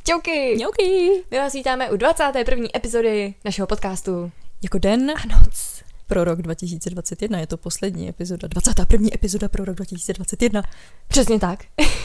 Čauky! Mňauky! My vás vítáme u 21. epizody našeho podcastu. Jako den A noc. pro rok 2021. Je to poslední epizoda, 21. epizoda pro rok 2021. Přesně tak.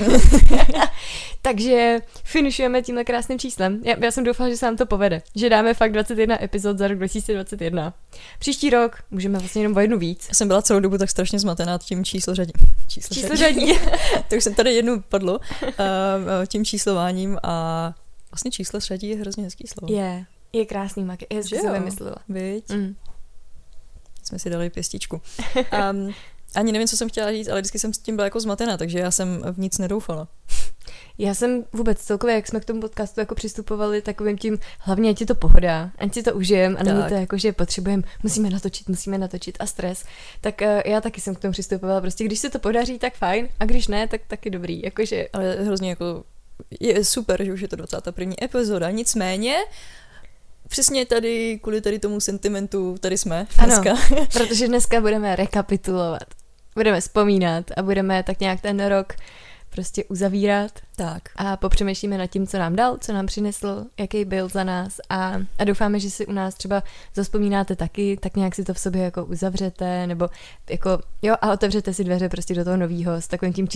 Takže finišujeme tímhle krásným číslem. Já jsem doufala, že se nám to povede. Že dáme fakt 21 epizod za rok 2021. Příští rok můžeme vlastně jenom o jednu víc. Já jsem byla celou dobu tak strašně zmatená tím číslo řadí. To už jsem tady jednou padlo. Tím číslováním a vlastně číslo řadí je hrozně hezký slovo. Je krásný, Mak. Je hezky se vymyslela. Viď? Jsme si dali pěstičku. Ani nevím, co jsem chtěla říct, ale vždycky jsem s tím byla jako zmatená, takže já jsem v nic nedoufala. Já jsem vůbec celkově, jak jsme k tomu podcastu jako přistupovali takovým tím, hlavně ať je to pohoda, ať si to užijem a není to jako, že potřebujeme, musíme natočit a stres, tak já taky jsem k tomu přistupovala, prostě když se to podaří, tak fajn a když ne, tak taky dobrý, jakože. Ale hrozně jako je super, že už je to 21. epizoda, nicméně přesně tady, kvůli tady tomu sentimentu, tady jsme dneska. Ano, protože dneska budeme rekapitulovat, budeme vzpomínat a budeme tak nějak ten rok prostě uzavírat. Tak. A popřemýšlíme nad tím, co nám dal, co nám přinesl, jaký byl za nás a doufáme, že si u nás třeba zavzpomínáte taky, tak nějak si to v sobě jako uzavřete, nebo jako, jo, a otevřete si dveře prostě do toho novýho s takovým tím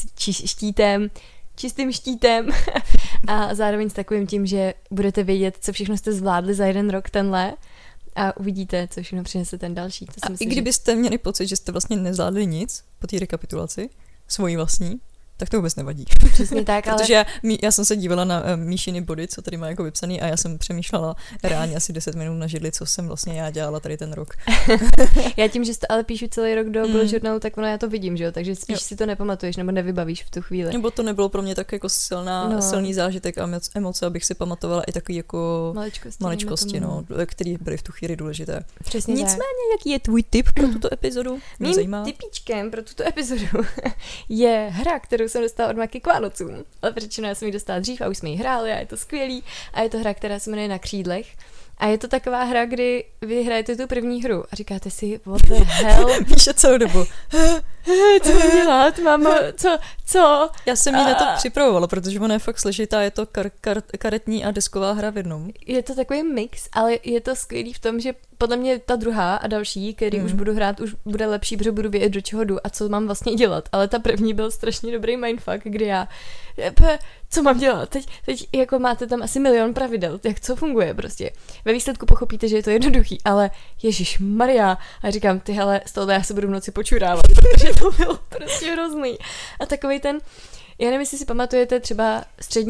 čistým štítem a zároveň s takovým tím, že budete vědět, co všechno jste zvládli za jeden rok tenhle a uvidíte, co všechno přinese ten další. To a myslím, i kdybyste měli pocit, že jste vlastně nezvládli nic po té rekapitulaci, svojí vlastní, tak to vůbec nevadí. Přesně tak, ale protože já jsem se dívala na Míšiny body, co tady má jako vypsaný a já jsem přemýšlela reálně asi 10 minut na židli, co jsem vlastně já dělala tady ten rok. Já tím, že to ale píšu celý rok do bullet journalu, tak ono já to vidím, že jo, takže spíš si to nepamatuješ nebo nevybavíš v tu chvíli. Nebo to nebylo pro mě tak jako silný zážitek a emoce, abych si pamatovala i takový jako maličkosti, který byly v tu chvíli důležité. Přesně nicméně, tak. jaký je tvůj tip pro tuto epizodu? Mým tipíčkem pro tuto epizodu je hra, kterou jsem dostala od Maky k Vánocům. Ale přečeno já jsem ji dostala dřív a už jsme ji hráli a je to skvělý. A je to hra, která se jmenuje Na křídlech. A je to taková hra, kdy vy hrajete tu první hru a říkáte si, what the hell? Píše celou dobu. Co mám dělat, mámo? Co? Já jsem ji na to připravovala, protože ona je fakt složitá, je to karetní a desková hra v jednom. Je to takový mix, ale je to skvělý v tom, že podle mě ta druhá a další, který už budu hrát, už bude lepší, protože budu vědět, do čeho jdu a co mám vlastně dělat. Ale ta první byl strašně dobrý mindfuck, kdy co mám dělat? Teď jako máte tam asi milion pravidel, jak co funguje prostě. Ve výsledku pochopíte, že je to jednoduchý, ale Ježišmarja. A říkám, ty hele, z tohohle já se budu v noci počurávat, protože to bylo prostě hrozný. A takovej ten, já nevím, jestli si pamatujete třeba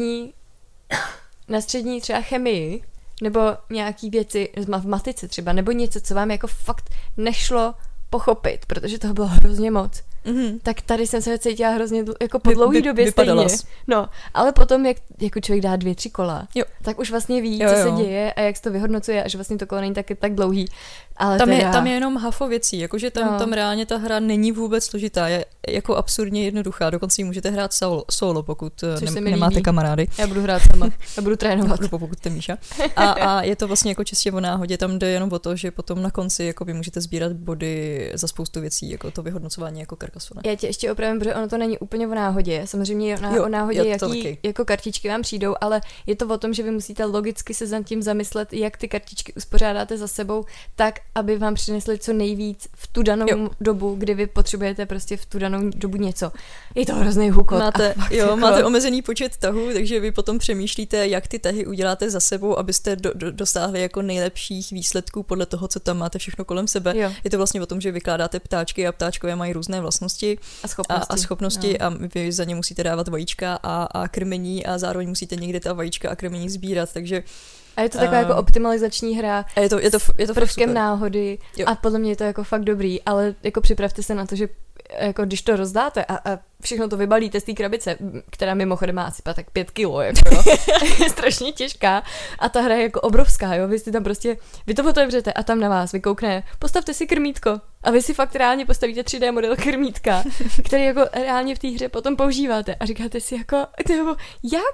na střední třeba chemii, nebo nějaký věci v matice třeba, nebo něco, co vám jako fakt nešlo pochopit, protože toho bylo hrozně moc. Tak tady jsem se cítila hrozně jako po dlouhý době stejně. No, ale potom, jak jako člověk dá 2-3 kola, tak už vlastně ví, co se děje a jak se to vyhodnocuje a že vlastně to kolo není tak dlouhý. Ale tam je jenom hafo věcí, jakože tam reálně ta hra není vůbec složitá, je jako absurdně jednoduchá, dokonce ji můžete hrát solo, pokud nemáte kamarády. Já budu hrát sama, já budu trénovat. Pokud jste Míša. A je to vlastně jako čistě o náhodě, tam jde jenom o to, že potom na konci jako vy můžete sbírat body za spoustu věcí, jako to vyhodnocování jako Carcassonne. Já tě ještě opravím, protože ono to není úplně o náhodě. Samozřejmě o náhodě, jaký jako kartičky vám přijdou, ale je to o tom, že vy musíte logicky se nad tím zamyslet, jak ty kartičky uspořádáte za sebou, tak, aby vám přinesly co nejvíc v tu danou dobu, kdy vy potřebujete prostě v tu danou dobu něco. Je to hrozný hukot. Máte omezený počet tahů, takže vy potom přemýšlíte, jak ty tahy uděláte za sebou, abyste dosáhli jako nejlepších výsledků podle toho, co tam máte všechno kolem sebe. Je to vlastně o tom, že vykládáte ptáčky a ptáčkové mají různé vlastnosti a schopnosti a vy za ně musíte dávat vajíčka a krmení a zároveň musíte někde ta vajíčka a krmení sbírat, takže a je to taková jako optimalizační hra je to prvkem náhody a podle mě je to jako fakt dobrý, ale jako připravte se na to, že jako když to rozdáte a všechno to vybalíte z té krabice, která mimochodem má asi tak 5 kilo, jako je strašně těžká a ta hra je jako obrovská, jo, vy to otevřete a tam na vás vykoukne, postavte si krmítko a vy si fakt reálně postavíte 3D model krmítka, který jako reálně v té hře potom používáte a říkáte si jako, jak?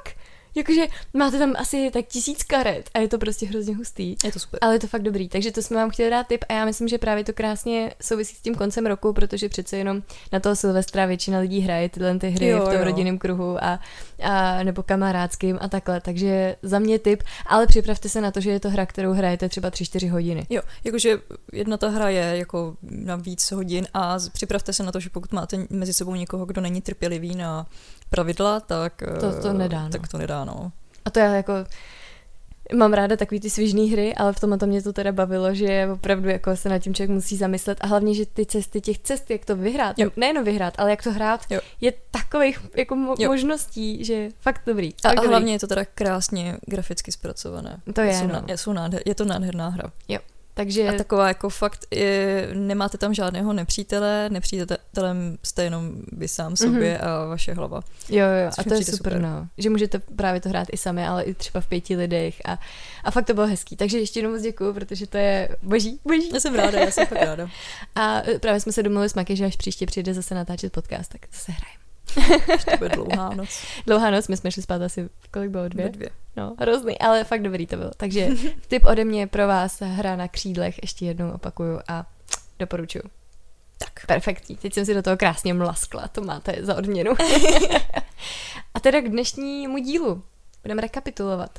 Jakože máte tam asi tak 1000 karet a je to prostě hrozně hustý. Je to super. Ale je to fakt dobrý, takže to jsme vám chtěli dát tip a já myslím, že právě to krásně souvisí s tím koncem roku, protože přece jenom na toho Silvestra většina lidí hraje tyhle ty hry v tom rodinném kruhu a nebo kamarádským a takhle, takže za mě tip, ale připravte se na to, že je to hra, kterou hrajete třeba 3-4 hodiny. Jo, jakože jedna ta hra je jako na víc hodin a připravte se na to, že pokud máte mezi sebou někoho, kdo není trpělivý na pravidla, tak to nedá, no. Tak to nedá, no. A to já jako mám ráda takový ty svižný hry, ale v tomhle to mě to teda bavilo, že opravdu jako se nad tím člověk musí zamyslet a hlavně, že ty cesty, těch cest, jak to vyhrát, nejenom vyhrát, ale jak to hrát, je takových jako možností, že fakt dobrý. A hlavně je to teda krásně graficky zpracované. To je, je to nádherná hra. Jo. Takže... A taková jako fakt, nemáte tam žádného nepřítelem jste jenom vy sám sobě a vaše hlava. Jo, a to je super, no. Že můžete právě to hrát i sami, ale i třeba v 5 lidech a fakt to bylo hezký. Takže ještě jednou moc děkuju, protože to je boží. Já jsem fakt ráda. A právě jsme se domluvili s Maky, že až příště přijde zase natáčet podcast, tak zase hrajeme. To bude dlouhá noc. Dlouhá noc, my jsme šli spát asi, kolik bylo, 2? 2. No, hrozný, ale fakt dobrý to bylo. Takže tip ode mě pro vás, hra na křídlech, ještě jednou opakuju a doporučuju. Tak. Perfektní, teď jsem si do toho krásně mlaskla, to máte za odměnu. A teda k dnešnímu dílu budeme rekapitulovat.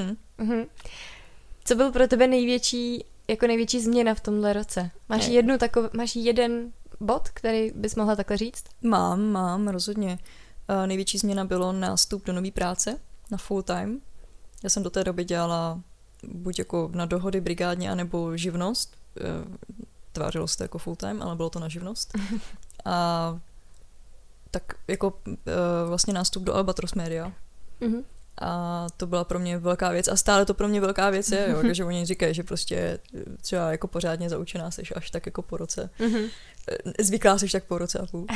Co byl pro tebe největší změna v tomhle roce? Máš jeden bod, který bys mohla takhle říct? Mám, rozhodně. Největší změna bylo nástup do nové práce na full time. Já jsem do té doby dělala buď jako na dohody brigádně, anebo živnost. Tvářilo se to jako full time, ale bylo to na živnost. A tak jako vlastně nástup do Albatros Media. A to byla pro mě velká věc a stále to pro mě velká věc je, jo, takže oni říkají, že prostě třeba jako pořádně zaučená seš až tak jako po roce. Zvyklá seš tak po roce a půl.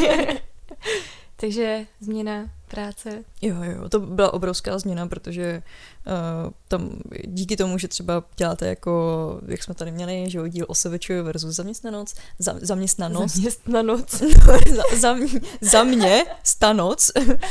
Takže změna práce. Jo, to byla obrovská změna, protože tam díky tomu, že třeba děláte jako, jak jsme tady měli, že díl OSVČ versus zaměstnanost. Za mě stanoc.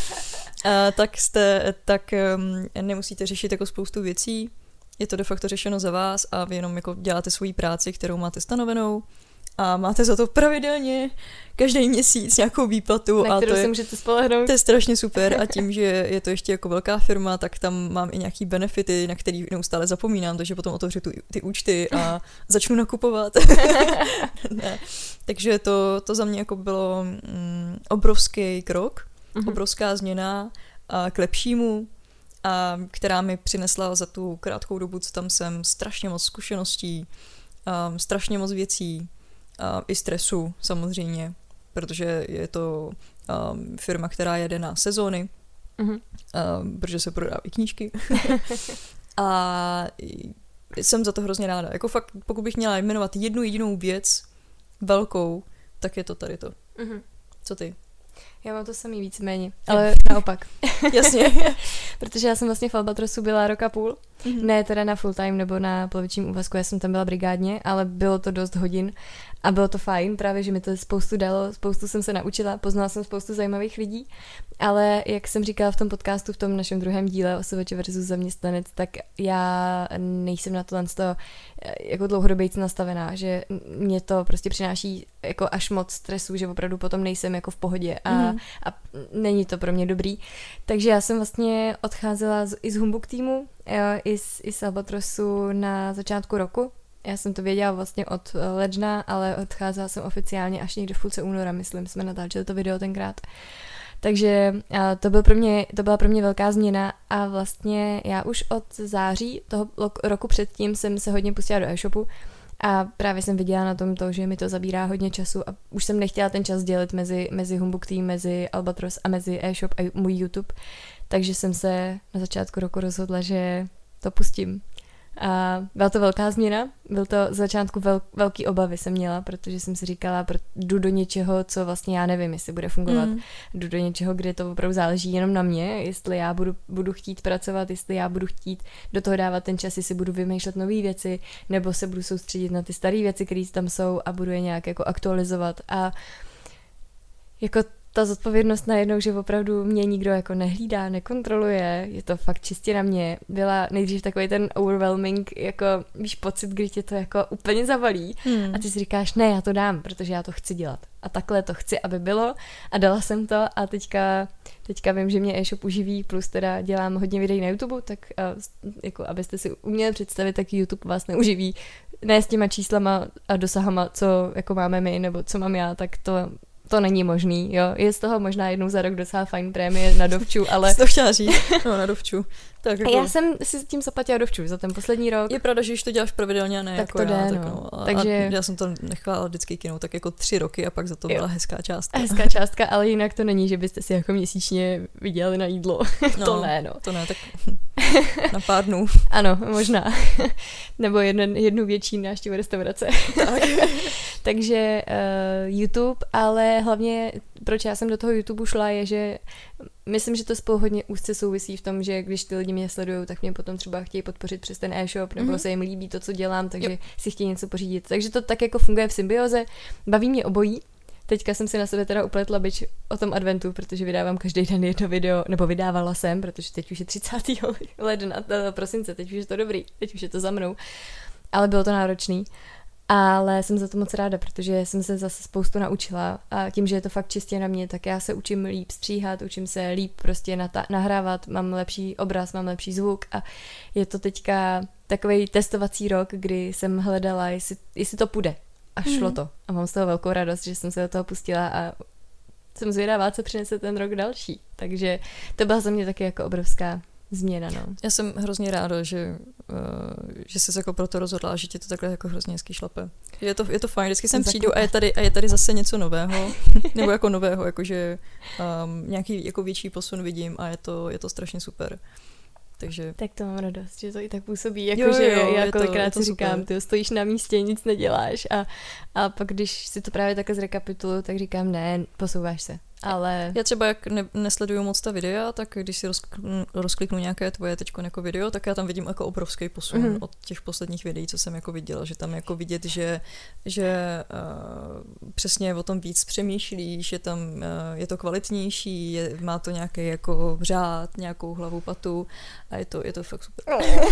tak nemusíte řešit jako spoustu věcí. Je to de facto řešeno za vás a vy jenom jako děláte svoji práci, kterou máte stanovenou. A máte za to pravidelně každý měsíc nějakou výplatu. Na kterou se můžete spolehnout. To je strašně super a tím, že je to ještě jako velká firma, tak tam mám i nějaký benefity, na který neustále zapomínám, takže potom otevřu ty účty a začnu nakupovat. Ne. Takže to za mě jako bylo obrovský krok, obrovská změna k lepšímu, a která mi přinesla za tu krátkou dobu, co tam jsem, strašně moc zkušeností, strašně moc věcí, i stresu samozřejmě, protože je to firma, která jede na sezóny, protože se prodávají knížky. A jsem za to hrozně ráda. Jako fakt, pokud bych měla jmenovat jednu jedinou věc velkou, tak je to tady to. Co ty? Já mám to samý víceméně, ale naopak. Jasně. Protože já jsem vlastně v Albatrosu byla 1,5 roku. Ne teda na full time nebo na polovičním úvazku, já jsem tam byla brigádně, ale bylo to dost hodin a bylo to fajn, právě, že mi to spoustu dalo, spoustu jsem se naučila, poznala jsem spoustu zajímavých lidí, ale jak jsem říkala v tom podcastu, v tom našem druhém díle OSVČ versus zaměstnanec, tak já nejsem na tohle jako dlouhodobějc nastavená, že mě to prostě přináší jako až moc stresu, že opravdu potom nejsem jako v pohodě a není to pro mě dobrý. Takže já jsem vlastně odcházela i z Humbug týmu, i z Albatrosu na začátku roku. Já jsem to věděla vlastně od ledna, ale odcházela jsem oficiálně až někdy v půlce února, myslím, jsme natáčeli to video tenkrát. Takže to byla pro mě velká změna a vlastně já už od září toho roku předtím jsem se hodně pustila do e-shopu a právě jsem viděla na tom to, že mi to zabírá hodně času a už jsem nechtěla ten čas dělit mezi Humbug Team, mezi Albatros a mezi e-shop a můj YouTube, takže jsem se na začátku roku rozhodla, že to pustím. A byla to velká změna, byl to z začátku velký obavy jsem měla, protože jsem si říkala, jdu do něčeho, co vlastně já nevím, jestli bude fungovat. Jdu do něčeho, kde to opravdu záleží jenom na mě, jestli já budu chtít pracovat, jestli já budu chtít do toho dávat ten čas, jestli budu vymýšlet nové věci, nebo se budu soustředit na ty staré věci, které tam jsou a budu je nějak jako aktualizovat. A jako ta zodpovědnost najednou, že opravdu mě nikdo jako nehlídá, nekontroluje, je to fakt čistě na mě. Byla nejdřív takový ten overwhelming, jako víš, pocit, kdy tě to jako úplně zavalí a ty si říkáš, ne, já to dám, protože já to chci dělat. A takhle to chci, aby bylo a dala jsem to a teďka vím, že mě e-shop uživí, plus teda dělám hodně videí na YouTube, tak jako abyste si uměli představit, tak YouTube vás neuživí. Ne s těma číslama a dosahama, co jako máme my, nebo co mám já, tak to není možný, jo. Je z toho možná jednou za rok docela fajn prémie na dovču, ale... Jsi to chtěla říct? No, na dovču. Tak jako... Já jsem si tím zaplatila dovču za ten poslední rok. Je pravda, že když to děláš pravidelně a ne tak jako to já. jde, tak no. Takže... já jsem to nechala vždycky kinou tak jako 3 roky a pak za to byla hezká částka. Hezká částka, ale jinak to není, že byste si jako měsíčně vydělali na jídlo. No, to ne, no. To ne, tak na pár dnů. Ano, možná. Nebo jednu větší návštěvu restaurace. Tak. Takže YouTube, ale hlavně proč já jsem do toho YouTube šla, je, že myslím, že to spolu hodně úzce souvisí v tom, že když ty lidi mě sledují, tak mě potom třeba chtějí podpořit přes ten e-shop, nebo se jim líbí to, co dělám, takže si chtějí něco pořídit. Takže to tak jako funguje v symbioze. Baví mě obojí. Teďka jsem si na sebe teda upletla bič o tom adventu, protože vydávám každý den jedno video, nebo vydávala jsem, protože teď už je 30. ledna, prosince, teď už je to dobrý, teď už je to za mnou. Ale bylo to náročný. Ale jsem za to moc ráda, protože jsem se zase spoustu naučila a tím, že je to fakt čistě na mě, tak já se učím líp stříhat, učím se líp prostě nahrávat, mám lepší obraz, mám lepší zvuk a je to teďka takovej testovací rok, kdy jsem hledala, jestli to půjde. A šlo to. A mám z toho velkou radost, že jsem se do toho pustila a jsem zvědavá, co přinese ten rok další. Takže to byla za mě taky jako obrovská změna, no. Já jsem hrozně ráda, že jsi jako pro to rozhodla a že ti to takhle jako hrozně hezky šlape. Je to fajn, vždycky sem přijdu a je tady zase něco nového, nebo jako nového, jakože nějaký jako větší posun vidím a je to strašně super. Takže... Tak to mám radost, že to i tak působí, jakože já kolikrát si říkám, ty stojíš na místě, nic neděláš a pak když si to právě takhle zrekapituluju, tak říkám, ne, posouváš se. Ale... Já třeba jak nesleduju moc ta videa, tak když si rozkliknu nějaké tvoje teďko jako video, tak já tam vidím jako obrovský posun od těch posledních videí, co jsem jako viděla, že tam jako vidět, že přesně o tom víc přemýšlíš, že tam je to kvalitnější, má to nějaký jako řád, nějakou hlavu patu a je to fakt super.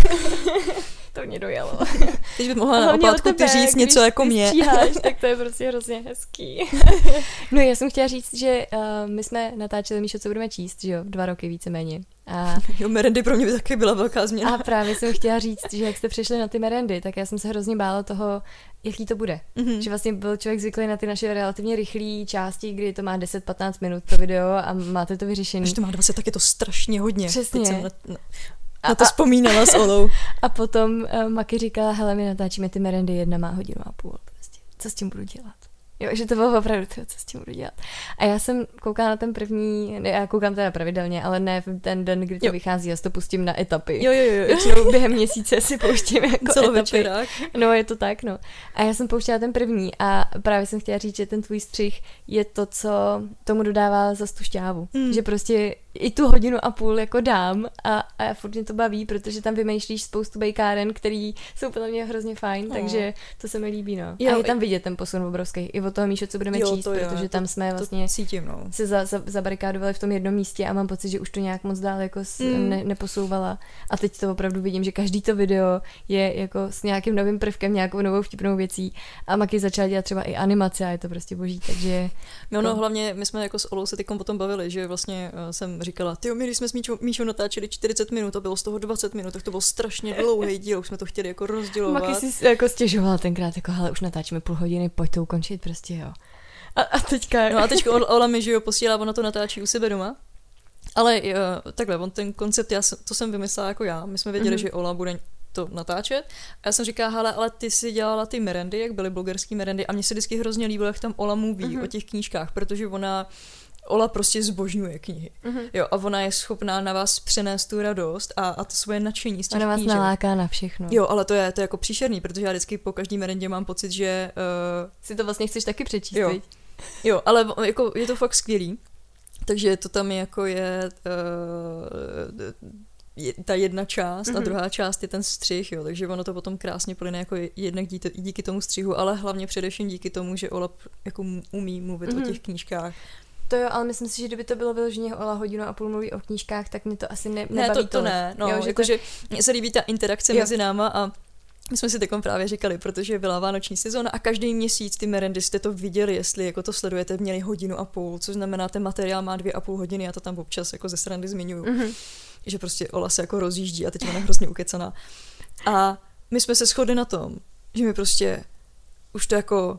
To mě dojalo. Teď bych mohla na oplátku ty říct něco jako mě. Stříháš, tak to je prostě hrozně hezký. No já jsem chtěla říct, že my jsme natáčeli, Míšo, co budeme číst, že jo, 2 roky víceméně. Jo, merendy pro mě by taky byla velká změna. A právě jsem chtěla říct, že jak jste přišli na ty merendy, tak já jsem se hrozně bála toho, jaký to bude. Že vlastně byl člověk zvyklý na ty naše relativně rychlé části, kdy to má 10-15 minut to video a máte to vyřešené. Když to má 20, tak je to strašně hodně. Přesně. Na to vzpomínala s Olou. A potom Maki říkala, hele, my natáčíme ty merendy 1 má 1,5 hodiny prostě. Co s tím budu dělat? Jo, že to bylo opravdu to, co s tím budu dělat. A já jsem koukala na ten první, já koukám teda pravidelně, ale ne v ten den, kdy to vychází, já si to pustím na etapy. Jo. Většinou během měsíce si pouštím jako celovečerák. No, je to tak, no. A já jsem pouštěla ten první a právě jsem chtěla říct, že ten tvůj střih je to, co tomu dodává zas tu šťávu. Že prostě i tu 1,5 hodiny jako dám a furt mě to baví, protože tam vymýšlíš spoustu bejkáren, který jsou podle mě hrozně fajn, takže to se mi líbí, no. A je tam vidět ten posun obrovský. I od toho, Míšo, co budeme číst, protože tam jsme vlastně cítím, no. se zabarikádovali v tom jednom místě a mám pocit, že už to nějak moc dál jako neposouvala. A teď to opravdu vidím, že každý to video je jako s nějakým novým prvkem, nějakou novou vtipnou věcí. A Maki začala dělat třeba i animace a je to prostě boží, takže... No, hlavně my jsme jako s Olou se teď potom bavili, že vlastně jsem říkala, my když jsme s Míšou natáčeli 40 minut a bylo z toho 20 minut, tak to byl strašně dlouhý díl, už jsme to chtěli jako rozdělovat. Maki si jako stěžovala tenkrát, jako hele, už natáčíme 0,5 hodiny, pojď to ukončit prostě, jo. A teďka... No a teďka Ola mi, že jo, posílá, ona to natáčí u sebe doma. Ale takhle, on ten koncept, to jsem vymyslela jako já. My jsme věděli, že Ola bude to natáčet. A já jsem říkala, hele, ale ty si dělala ty merendy, jak byly blogerský merendy a mně se vždycky hrozně líbilo, jak tam Ola mluví o těch knížkách, protože Ola prostě zbožňuje knihy. Jo, a ona je schopná na vás přenést tu radost a to svoje nadšení z těch knížek. Ona vás naláká na všechno. Jo, ale to je jako příšerný, protože já vždycky po každý merendě mám pocit, že... si to vlastně chceš taky přečíst, Jo, ale jako je to fakt skvělý. Takže to tam jako je ta jedna část a druhá část je ten střih, jo, takže ono to potom krásně plyne jako jednak díky tomu střihu, ale hlavně především díky tomu, že Ola jako umí mluvit o těch knížkách. To jo, ale myslím si, že kdyby to bylo vyloženě Ola 1,5 hodiny mluví o knížkách, tak mě to asi nebaví. Ne, to ne, no, jakože mně se líbí ta interakce mezi náma a my jsme si takom právě říkali, protože byla vánoční sezóna a každý měsíc ty merendy jste to viděli, jestli jako to sledujete, měli 1,5 hodiny, což znamená, ten materiál má 2,5 hodiny, já to tam občas jako ze srandy zmiňuju, že prostě Ola se jako rozjíždí a teď ona je hrozně ukecaná. A my jsme se shodli na tom, že my prostě už to jako,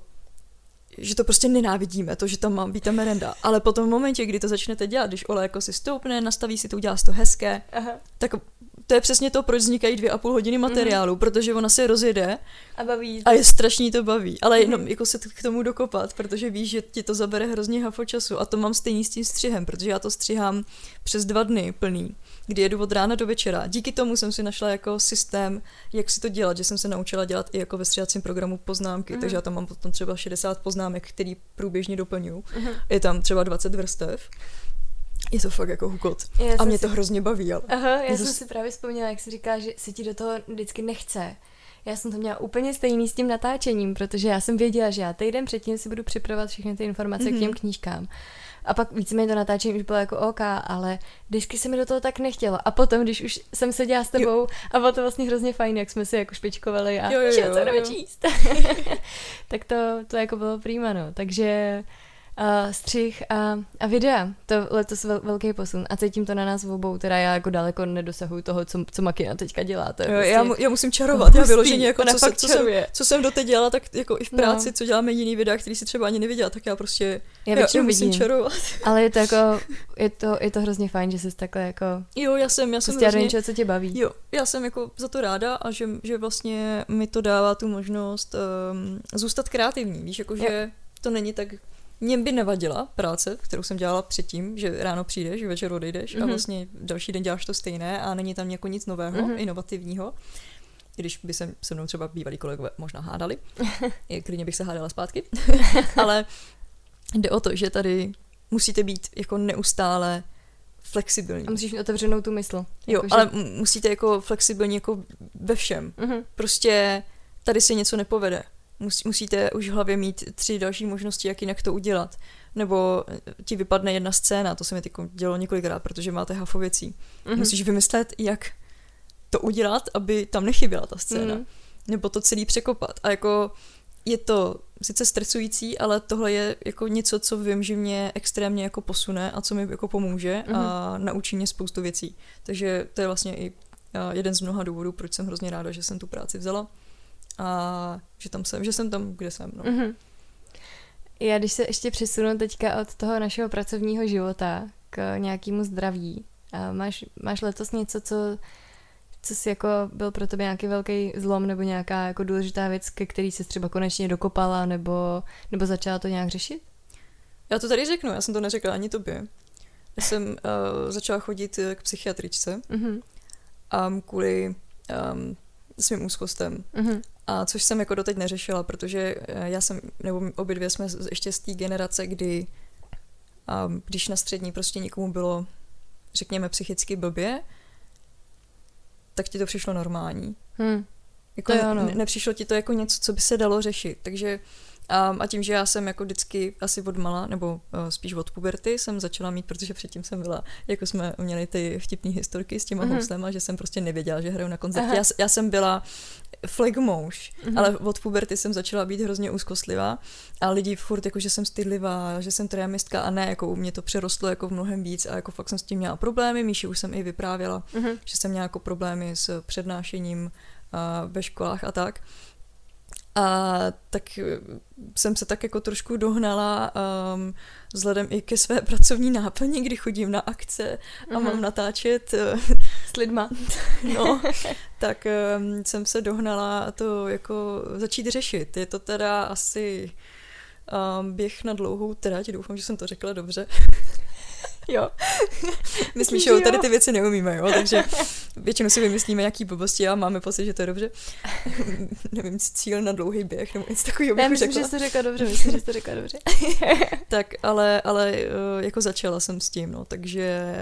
že to prostě nenávidíme, to, že tam má být ta merenda, ale potom v momentě, kdy to začnete dělat, když Ola jako si stoupne, nastaví si to, udělá si to hezké, tak to je přesně to, proč vznikají 2,5 hodiny materiálu, protože ona se rozjede a je strašný to baví, ale jenom jako se k tomu dokopat, protože víš, že ti to zabere hrozně hafo času a to mám stejný s tím střihem, protože já to střihám přes 2 dny plný, kdy jedu od rána do večera. Díky tomu jsem si našla jako systém, jak si to dělat, že jsem se naučila dělat i jako ve stříhacím programu poznámky, takže já tam mám potom třeba 60 poznámek, který průběžně doplňuju. Je tam třeba 20 vrstev. Je to fakt jako hukot. A mě to hrozně baví. Ale já jsem si právě vzpomněla, jak jsi říká, že se ti do toho vždycky nechce. Já jsem to měla úplně stejný s tím natáčením, protože já jsem věděla, že já týden předtím si budu připravovat všechny ty informace k těm knížkám. A pak víceméně to natáčení už bylo jako OK, ale vždycky se mi do toho tak nechtělo. A potom, když už jsem seděla s tebou a bylo to vlastně hrozně fajn, jak jsme si jako špičkovali a co jdeme číst. Tak to jako bylo prima, no. Takže střih a videa, to letos velký posun a cítím to na nás v obou, teda já jako daleko nedosahuju toho, co Makina teďka dělá. To je prostě já musím čarovat, já vyloženě jako co jsem doteď dělala, tak jako i v práci, co děláme jiný videa, který si třeba ani neviděla, tak já prostě já musím čarovat. Ale je to jako, je to hrozně fajn, že jsi takhle jako já jsem prostě hrozně, co tě baví. Jo, já jsem jako za to ráda a že vlastně mi to dává tu možnost zůstat kreativní, víš, jakože to není tak. Mně by nevadila práce, kterou jsem dělala předtím, že ráno přijdeš, večer odejdeš a vlastně další den děláš to stejné a není tam jako nic nového, inovativního. I když by se mnou třeba bývalí kolegové možná hádali. Klidně bych se hádala zpátky. Ale jde o to, že tady musíte být jako neustále flexibilní. A musíš mít otevřenou tu mysl. Jo, ale musíte jako flexibilní jako ve všem. Prostě tady se něco nepovede. Musíte už v hlavě mít 3 další možnosti, jak jinak to udělat. Nebo ti vypadne jedna scéna, to se mi dělo několikrát, protože máte hafo věcí. Musíš vymyslet, jak to udělat, aby tam nechyběla ta scéna. Nebo to celý překopat. A jako je to sice stresující, ale tohle je jako něco, co vím, že mě extrémně jako posune a co mi jako pomůže a naučí mě spoustu věcí. Takže to je vlastně i jeden z mnoha důvodů, proč jsem hrozně ráda, že jsem tu práci vzala. A že jsem tam, kde jsem. No. Já když se ještě přesunu teďka od toho našeho pracovního života k nějakému zdraví, máš letos něco, co jsi jako byl pro tebe nějaký velký zlom nebo nějaká jako důležitá věc, ke který jsi třeba konečně dokopala nebo začala to nějak řešit? Já to tady řeknu, já jsem to neřekla ani tobě. Já jsem začala chodit k psychiatričce kvůli svým úzkostem. A což jsem jako doteď neřešila, protože já jsem, nebo obě dvě jsme ještě z té generace, kdy když na střední prostě někomu bylo, řekněme, psychicky blbě, tak ti to přišlo normální. Jako nepřišlo ti to jako něco, co by se dalo řešit. Takže a tím, že já jsem jako vždycky asi odmala, nebo spíš od puberty jsem začala mít, protože předtím jsem byla, jako jsme měli ty vtipné historky s těma houslema, že jsem prostě nevěděla, že hraju na koncertě. Já jsem byla flegmouš, ale od puberty jsem začala být hrozně úzkostlivá a lidi furt jako, že jsem stydlivá, že jsem trémistka a ne, jako u mě to přerostlo jako v mnohem víc a jako fakt jsem s tím měla problémy. Míši už jsem i vyprávěla, že jsem měla jako problémy s přednášením ve školách a tak. A tak jsem se tak jako trošku dohnala vzhledem i ke své pracovní náplni, kdy chodím na akce a mám natáčet s lidma. No, tak jsem se dohnala to jako začít řešit. Je to teda asi běh na dlouhou trať, doufám, že jsem to řekla dobře. Jo. My s Míšou tady ty věci neumíme, jo, takže většinou si vymyslíme nějaký blbosti a máme pocit, že to je dobře. Nevím, cíl na dlouhý běh nebo něco takového bych řekla. Myslím, že jsi to řekla dobře. Tak, ale jako začala jsem s tím, no, takže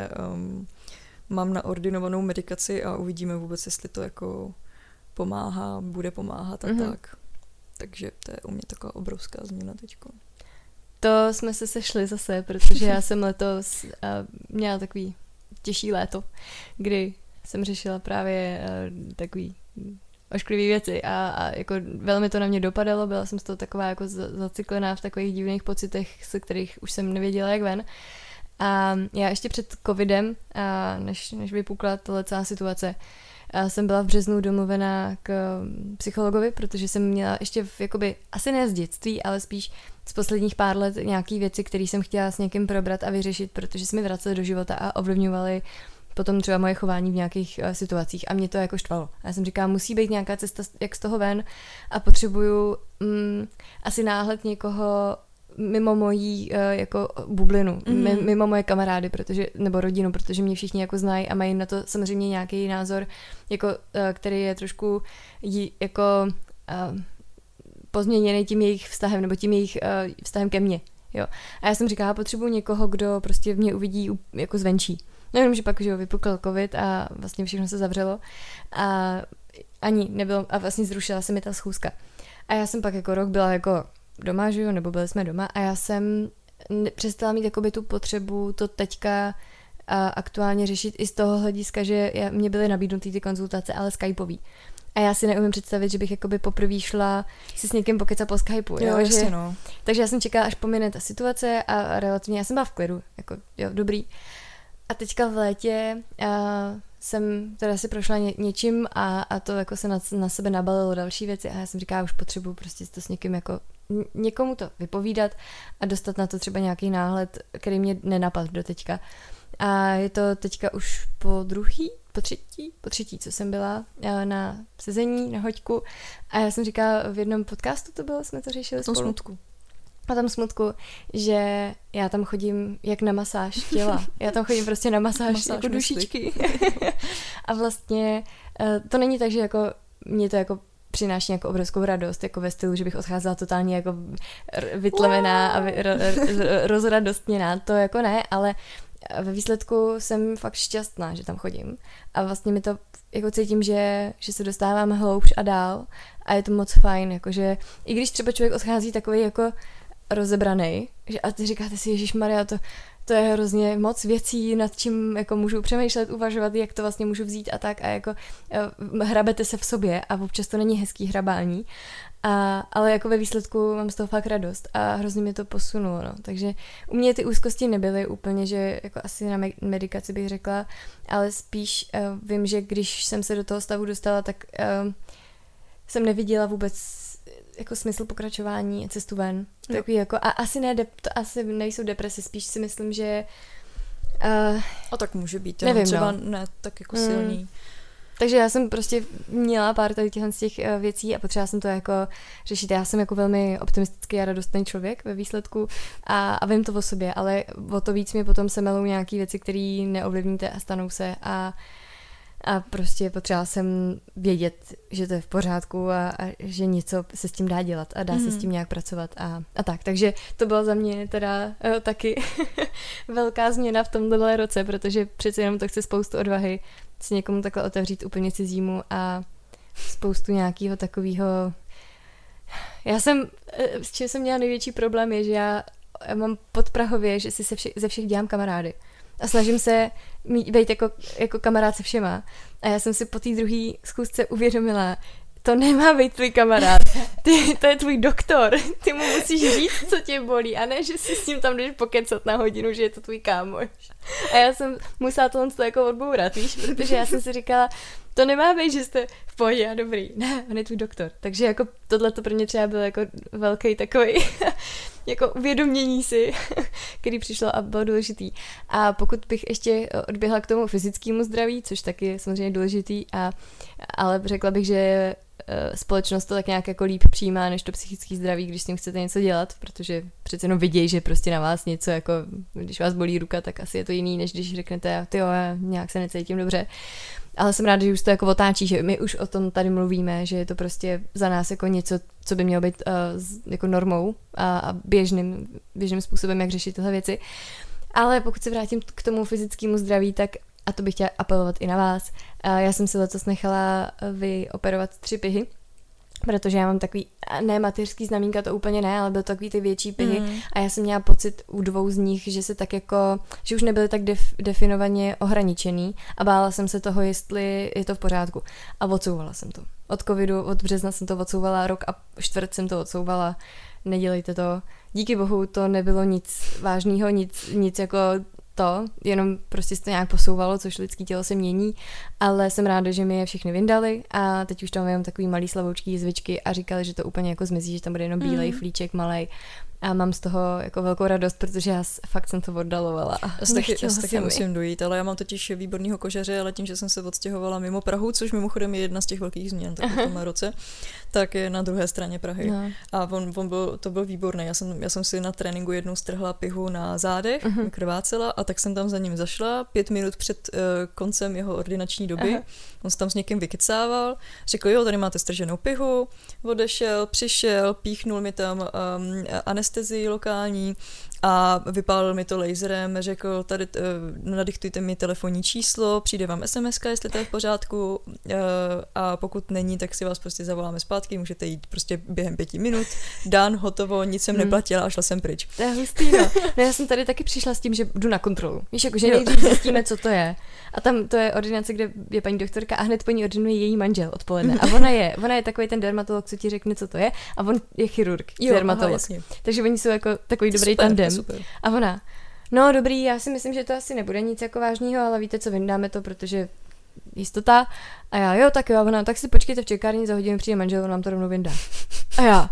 mám naordinovanou medikaci a uvidíme vůbec, jestli to jako pomáhá, bude pomáhat a tak. Takže to je u mě taková obrovská změna teďko. To jsme se sešli zase, protože já jsem letos měla takový těžší léto, kdy jsem řešila právě takový ošklivý věci a jako velmi to na mě dopadalo, byla jsem z toho taková jako zacyklená v takových divných pocitech, se kterých už jsem nevěděla jak ven. A já ještě před covidem, než vypukla tato celá situace, jsem byla v březnu domluvená k psychologovi, protože jsem měla ještě jakoby, asi ne z dětství, ale spíš z posledních pár let nějaký věci, které jsem chtěla s někým probrat a vyřešit, protože se mi vracely do života a ovlivňovaly potom třeba moje chování v nějakých situacích a mě to jako štvalo. A já jsem říkala, musí být nějaká cesta, jak z toho ven a potřebuju asi náhled někoho mimo mojí jako bublinu, mimo moje kamarády, nebo rodinu, protože mě všichni jako znají a mají na to samozřejmě nějaký názor, jako, který je trošku jako pozměněný tím jejich vztahem, nebo tím jejich vztahem ke mně. Jo. A já jsem říkala, potřebuji někoho, kdo prostě mě uvidí jako zvenčí. No jenom, že pak, že vypukl covid a vlastně všechno se zavřelo a ani nebylo, a vlastně zrušila se mi ta schůzka. A já jsem pak jako rok byla jako doma, že jo, nebo byli jsme doma a já jsem přestala mít jakoby tu potřebu to teďka aktuálně řešit i z toho hlediska, že mě byly nabídnuty ty konzultace, ale skypový. A já si neumím představit, že bych jakoby poprvé šla si s někým pokecat po Skypeu. Jo, jasně, no. Takže já jsem čekala, až pomine ta situace a relativně, já jsem byla v klidu, jako jo, dobrý. A teďka v létě jsem teda si prošla něčím a to jako se na sebe nabalilo další věci a já jsem říkala, už potřebuji prostě to s někým jako někomu to vypovídat a dostat na to třeba nějaký náhled, který mě nenapadl do teďka. A je to teďka už po třetí, co jsem byla na sezení, na hoďku a já jsem říkala v jednom podcastu to bylo, jsme to řešili spolu. Smutku. A tam smutku, že já tam chodím jak na masáž těla. Já tam chodím prostě na masáž jako dušičky. A vlastně to není tak, že jako mě to jako přináší jako obrovskou radost, jako ve stylu, že bych odcházela totálně jako vytlevená a rozradostněná. To jako ne, ale ve výsledku jsem fakt šťastná, že tam chodím. A vlastně mi to jako cítím, že se dostávám hloubš a dál a je to moc fajn, jakože i když třeba člověk odchází takový jako rozebranej, že a ty říkáte si, ježišmarja, to je hrozně moc věcí, nad čím jako můžu přemýšlet, uvažovat, jak to vlastně můžu vzít a tak a jako hrabete se v sobě a občas to není hezký hrabání, ale jako ve výsledku mám z toho fakt radost a hrozně mě to posunulo, no. Takže u mě ty úzkosti nebyly úplně, že jako asi na medikaci bych řekla, ale spíš vím, že když jsem se do toho stavu dostala, tak jsem neviděla vůbec jako smysl pokračování a cestu ven. Takový jako, a asi nejsou deprese, spíš si myslím, že a tak může být, nevím, třeba ne tak jako silný. Takže já jsem prostě měla pár tady těch věcí a potřebovala jsem to jako řešit. Já jsem jako velmi optimistický a radostný člověk ve výsledku a vím to o sobě, ale o to víc mě potom semelou nějaký věci, které neovlivníte a stanou se a prostě potřebovala jsem vědět, že to je v pořádku a že něco se s tím dá dělat a dá se s tím nějak pracovat a tak. Takže to byla za mě teda taky velká změna v tomhle roce, protože přece jenom to chce spoustu odvahy si někomu takhle otevřít úplně cizímu a spoustu nějakého takového. S čím jsem měla největší problém je, že já mám podprahově, že si ze všech dělám kamarády. A snažím se být jako kamarád se všema. A já jsem si po té druhé schůzce uvědomila, to nemá být tvůj kamarád. To je tvůj doktor. Ty mu musíš říct, co tě bolí. A ne, že si s ním tam jdeš pokecat na hodinu, že je to tvůj kámoš. A já jsem musela tohle jako odbourat, víš? Protože já jsem si říkala, to nemá být, že jste v pohodě a dobrý. Ne, on je tvůj doktor. Takže jako tohle to pro mě třeba bylo jako velký takový jako uvědomění si, který přišlo a bylo důležitý. A pokud bych ještě odběhla k tomu fyzickému zdraví, což taky je samozřejmě důležitý, ale řekla bych, že společnost to tak nějak jako líp přijímá než to psychické zdraví, když s tím chcete něco dělat, protože přece jenom vidějí, že prostě na vás něco jako, když vás bolí ruka, tak asi je to jiný, než když řeknete, tyjo, já nějak se necítím dobře. Ale jsem ráda, že už to jako otáčí, že my už o tom tady mluvíme, že je to prostě za nás jako něco, co by mělo být jako normou a běžným způsobem, jak řešit tyhle věci. Ale pokud se vrátím k tomu fyzickému zdraví, tak a to bych chtěla apelovat i na vás. Já jsem si letos nechala vyoperovat 3 pihy protože já mám takový, ne mateřský znamínka, to úplně ne, ale byl to takový ty větší pihy a já jsem měla pocit u 2 z nich, že se tak jako, že už nebyly tak definovaně ohraničený a bála jsem se toho, jestli je to v pořádku a odsouvala jsem to. Od covidu, od března jsem to odsouvala, rok a čtvrt jsem to odsouvala, nedělejte to. Díky bohu to nebylo nic vážného, nic jako to, jenom prostě se to nějak posouvalo, což lidský tělo se mění, ale jsem ráda, že mi je všechny vyndali a teď už tam mám takový malý slavoučký jizvičky a říkali, že to úplně jako zmizí, že tam bude jenom bílej flíček malej a mám z toho jako velkou radost, protože já fakt jsem to oddalovala. Já se taky musím dojít, ale já mám totiž výbornýho kožaře, ale tím, že jsem se odstěhovala mimo Prahu, což mimochodem je jedna z těch velkých změn v tomhle roce, tak je na druhé straně Prahy. No. A to byl výborný. Já jsem si na tréninku jednou strhla pihu na zádech, krvácela a tak jsem tam za ním zašla 5 minut před koncem jeho ordinační doby. On se tam s někým vykecával, řekl, jo, tady máte strženou pihu, odešel, přišel, píchnul mi tam anestezii lokální a vypálil mi to laserem, řekl, tady nadiktujte mi telefonní číslo, přijde vám SMS-ka, jestli to je v pořádku a pokud není, tak si vás prostě zavoláme zpátky, můžete jít prostě během 5 minut, dán, hotovo, nic jsem neplatila a šla jsem pryč. To je hustý, no. Já jsem tady taky přišla s tím, že jdu na kontrolu. Víš, jakože nejdřív zjistíme, co to je. A tam to je ordinace, kde je paní doktorka a hned po ní ordinuje její manžel odpoledne. A ona je takový ten dermatolog, co ti řekne, co to je, a on je chirurg, dermatolog. Takže oni jsou jako takový dobrý tandem. A ona, no dobrý, já si myslím, že to asi nebude nic jako vážného, ale víte co, vyndáme to, protože jistota. A já, jo, tak jo, a ona, tak si počkejte v čekárně, za hodinu přijde manžel, on nám to rovnou vyndá. A já,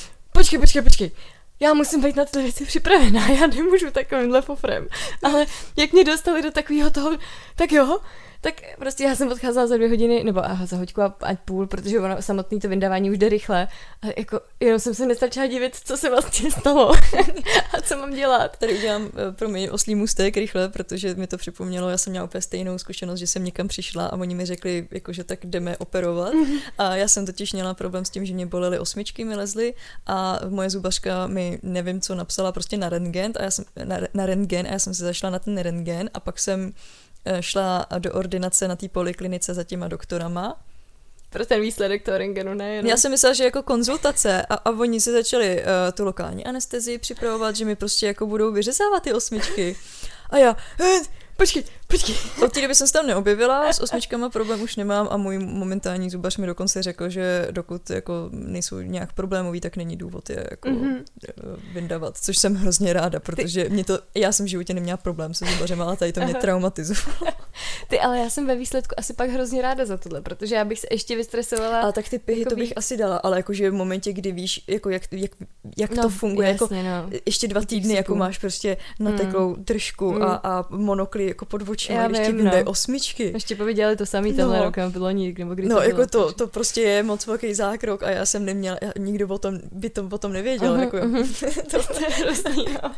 počkej. Já musím být na tyhle věci připravená, já nemůžu takovýmhle fofrem. Ale jak mě dostali do takového toho, tak jo, tak prostě já jsem odcházela za 2 hodiny, nebo za hoďku a půl, protože ono samotný to vyndávání už jde rychle. A jako, jenom jsem se nestačila divit, co se vlastně stalo a co mám dělat. Tady udělám pro mě oslý můstek rychle, protože mi to připomnělo, já jsem měla úplně stejnou zkušenost, že jsem někam přišla a oni mi řekli, jako, že tak jdeme operovat. A já jsem totiž měla problém s tím, že mě bolely osmičky, mi lezly a moje zubařka mi nevím, co napsala prostě na rentgen a já jsem se zašla na ten rentgen a pak jsem šla do ordinace na té poliklinice za těma doktorama. Pro ten výsledek toho rentgenu, ne? Jenom. Já jsem myslela, že jako konzultace a oni se začali tu lokální anestezii připravovat, že mi prostě jako budou vyřezávat ty osmičky. A já, počkej. Od té doby jsem se tam neobjevila, s osmičkama problém už nemám a můj momentální zubař mi dokonce řekl, že dokud jako nejsou nějak problémový, tak není důvod je jako vyndavat, což jsem hrozně ráda, protože já jsem v životě neměla problém se zubařem, ale tady to mě traumatizovalo. Ale já jsem ve výsledku asi pak hrozně ráda za tohle, protože já bych se ještě vystresovala. Ale tak ty pihy to bych asi dala, ale jakože v momentě, kdy víš, jako jak to funguje, jasně, jako ještě 2 týdny, jako máš prostě nateklou držku a monokly jako pod očima, když ti vyndají osmičky. Ještě pověděli to samý tenhle rok, nebo loni, nebo kdy to jako bylo. To prostě je moc velký zákrok a já jsem neměla, nikdo by to potom nevěděl. Jako, to je hrozný, no.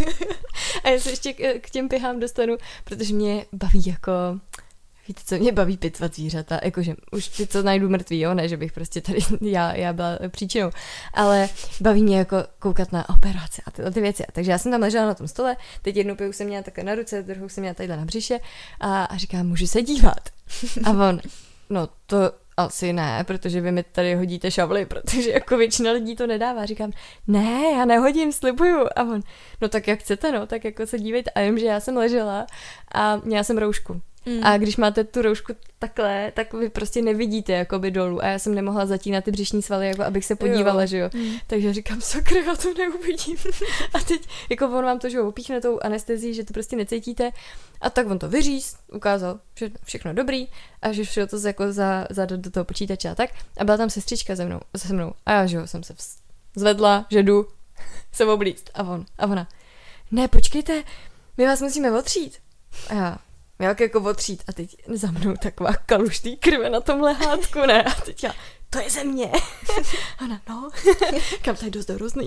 A já se ještě k těm pihám dostanu, protože mě baví jako... Víte co, mě baví pitvat zvířata, jakože už ty co najdu mrtvý, jo, ne, že bych prostě tady já byla příčinou, ale baví mě jako koukat na operace a tyhle ty věci. Takže já jsem tam ležela na tom stole, teď jednu pihu jsem měla takhle na ruce, druhou jsem měla tadyhle na břiše a říkám, můžu se dívat. A on, no to asi ne, protože vy mi tady hodíte šavly, protože jako většina lidí to nedává. Říkám, ne, já nehodím, slibuju. A on, no tak jak chcete, no, tak jako se dívejte. A jenom, že já jsem ležela a měla jsem roušku. A když máte tu roušku takhle, tak vy prostě nevidíte jakoby dolů. A já jsem nemohla zatínat ty břišní svaly, jako abych se podívala, že jo. Takže říkám, sakra, já to neuvidím. A teď, jako on vám to, že jo, opíchne tou anestezí, že to prostě necítíte. A tak on to vyříz, ukázal, že všechno dobrý a že šel to jako do toho počítače a tak. A byla tam sestřička se mnou. A já, že jo, jsem se zvedla, že jdu se oblíct. A ona, ne, počkejte, my vás musíme otřít. A já, jak jako otřít a teď za mnou taková kaluž té krve na tom lehátku, ne? A teď já, to je ze mě. Ona, no, kam to je dost hrozný.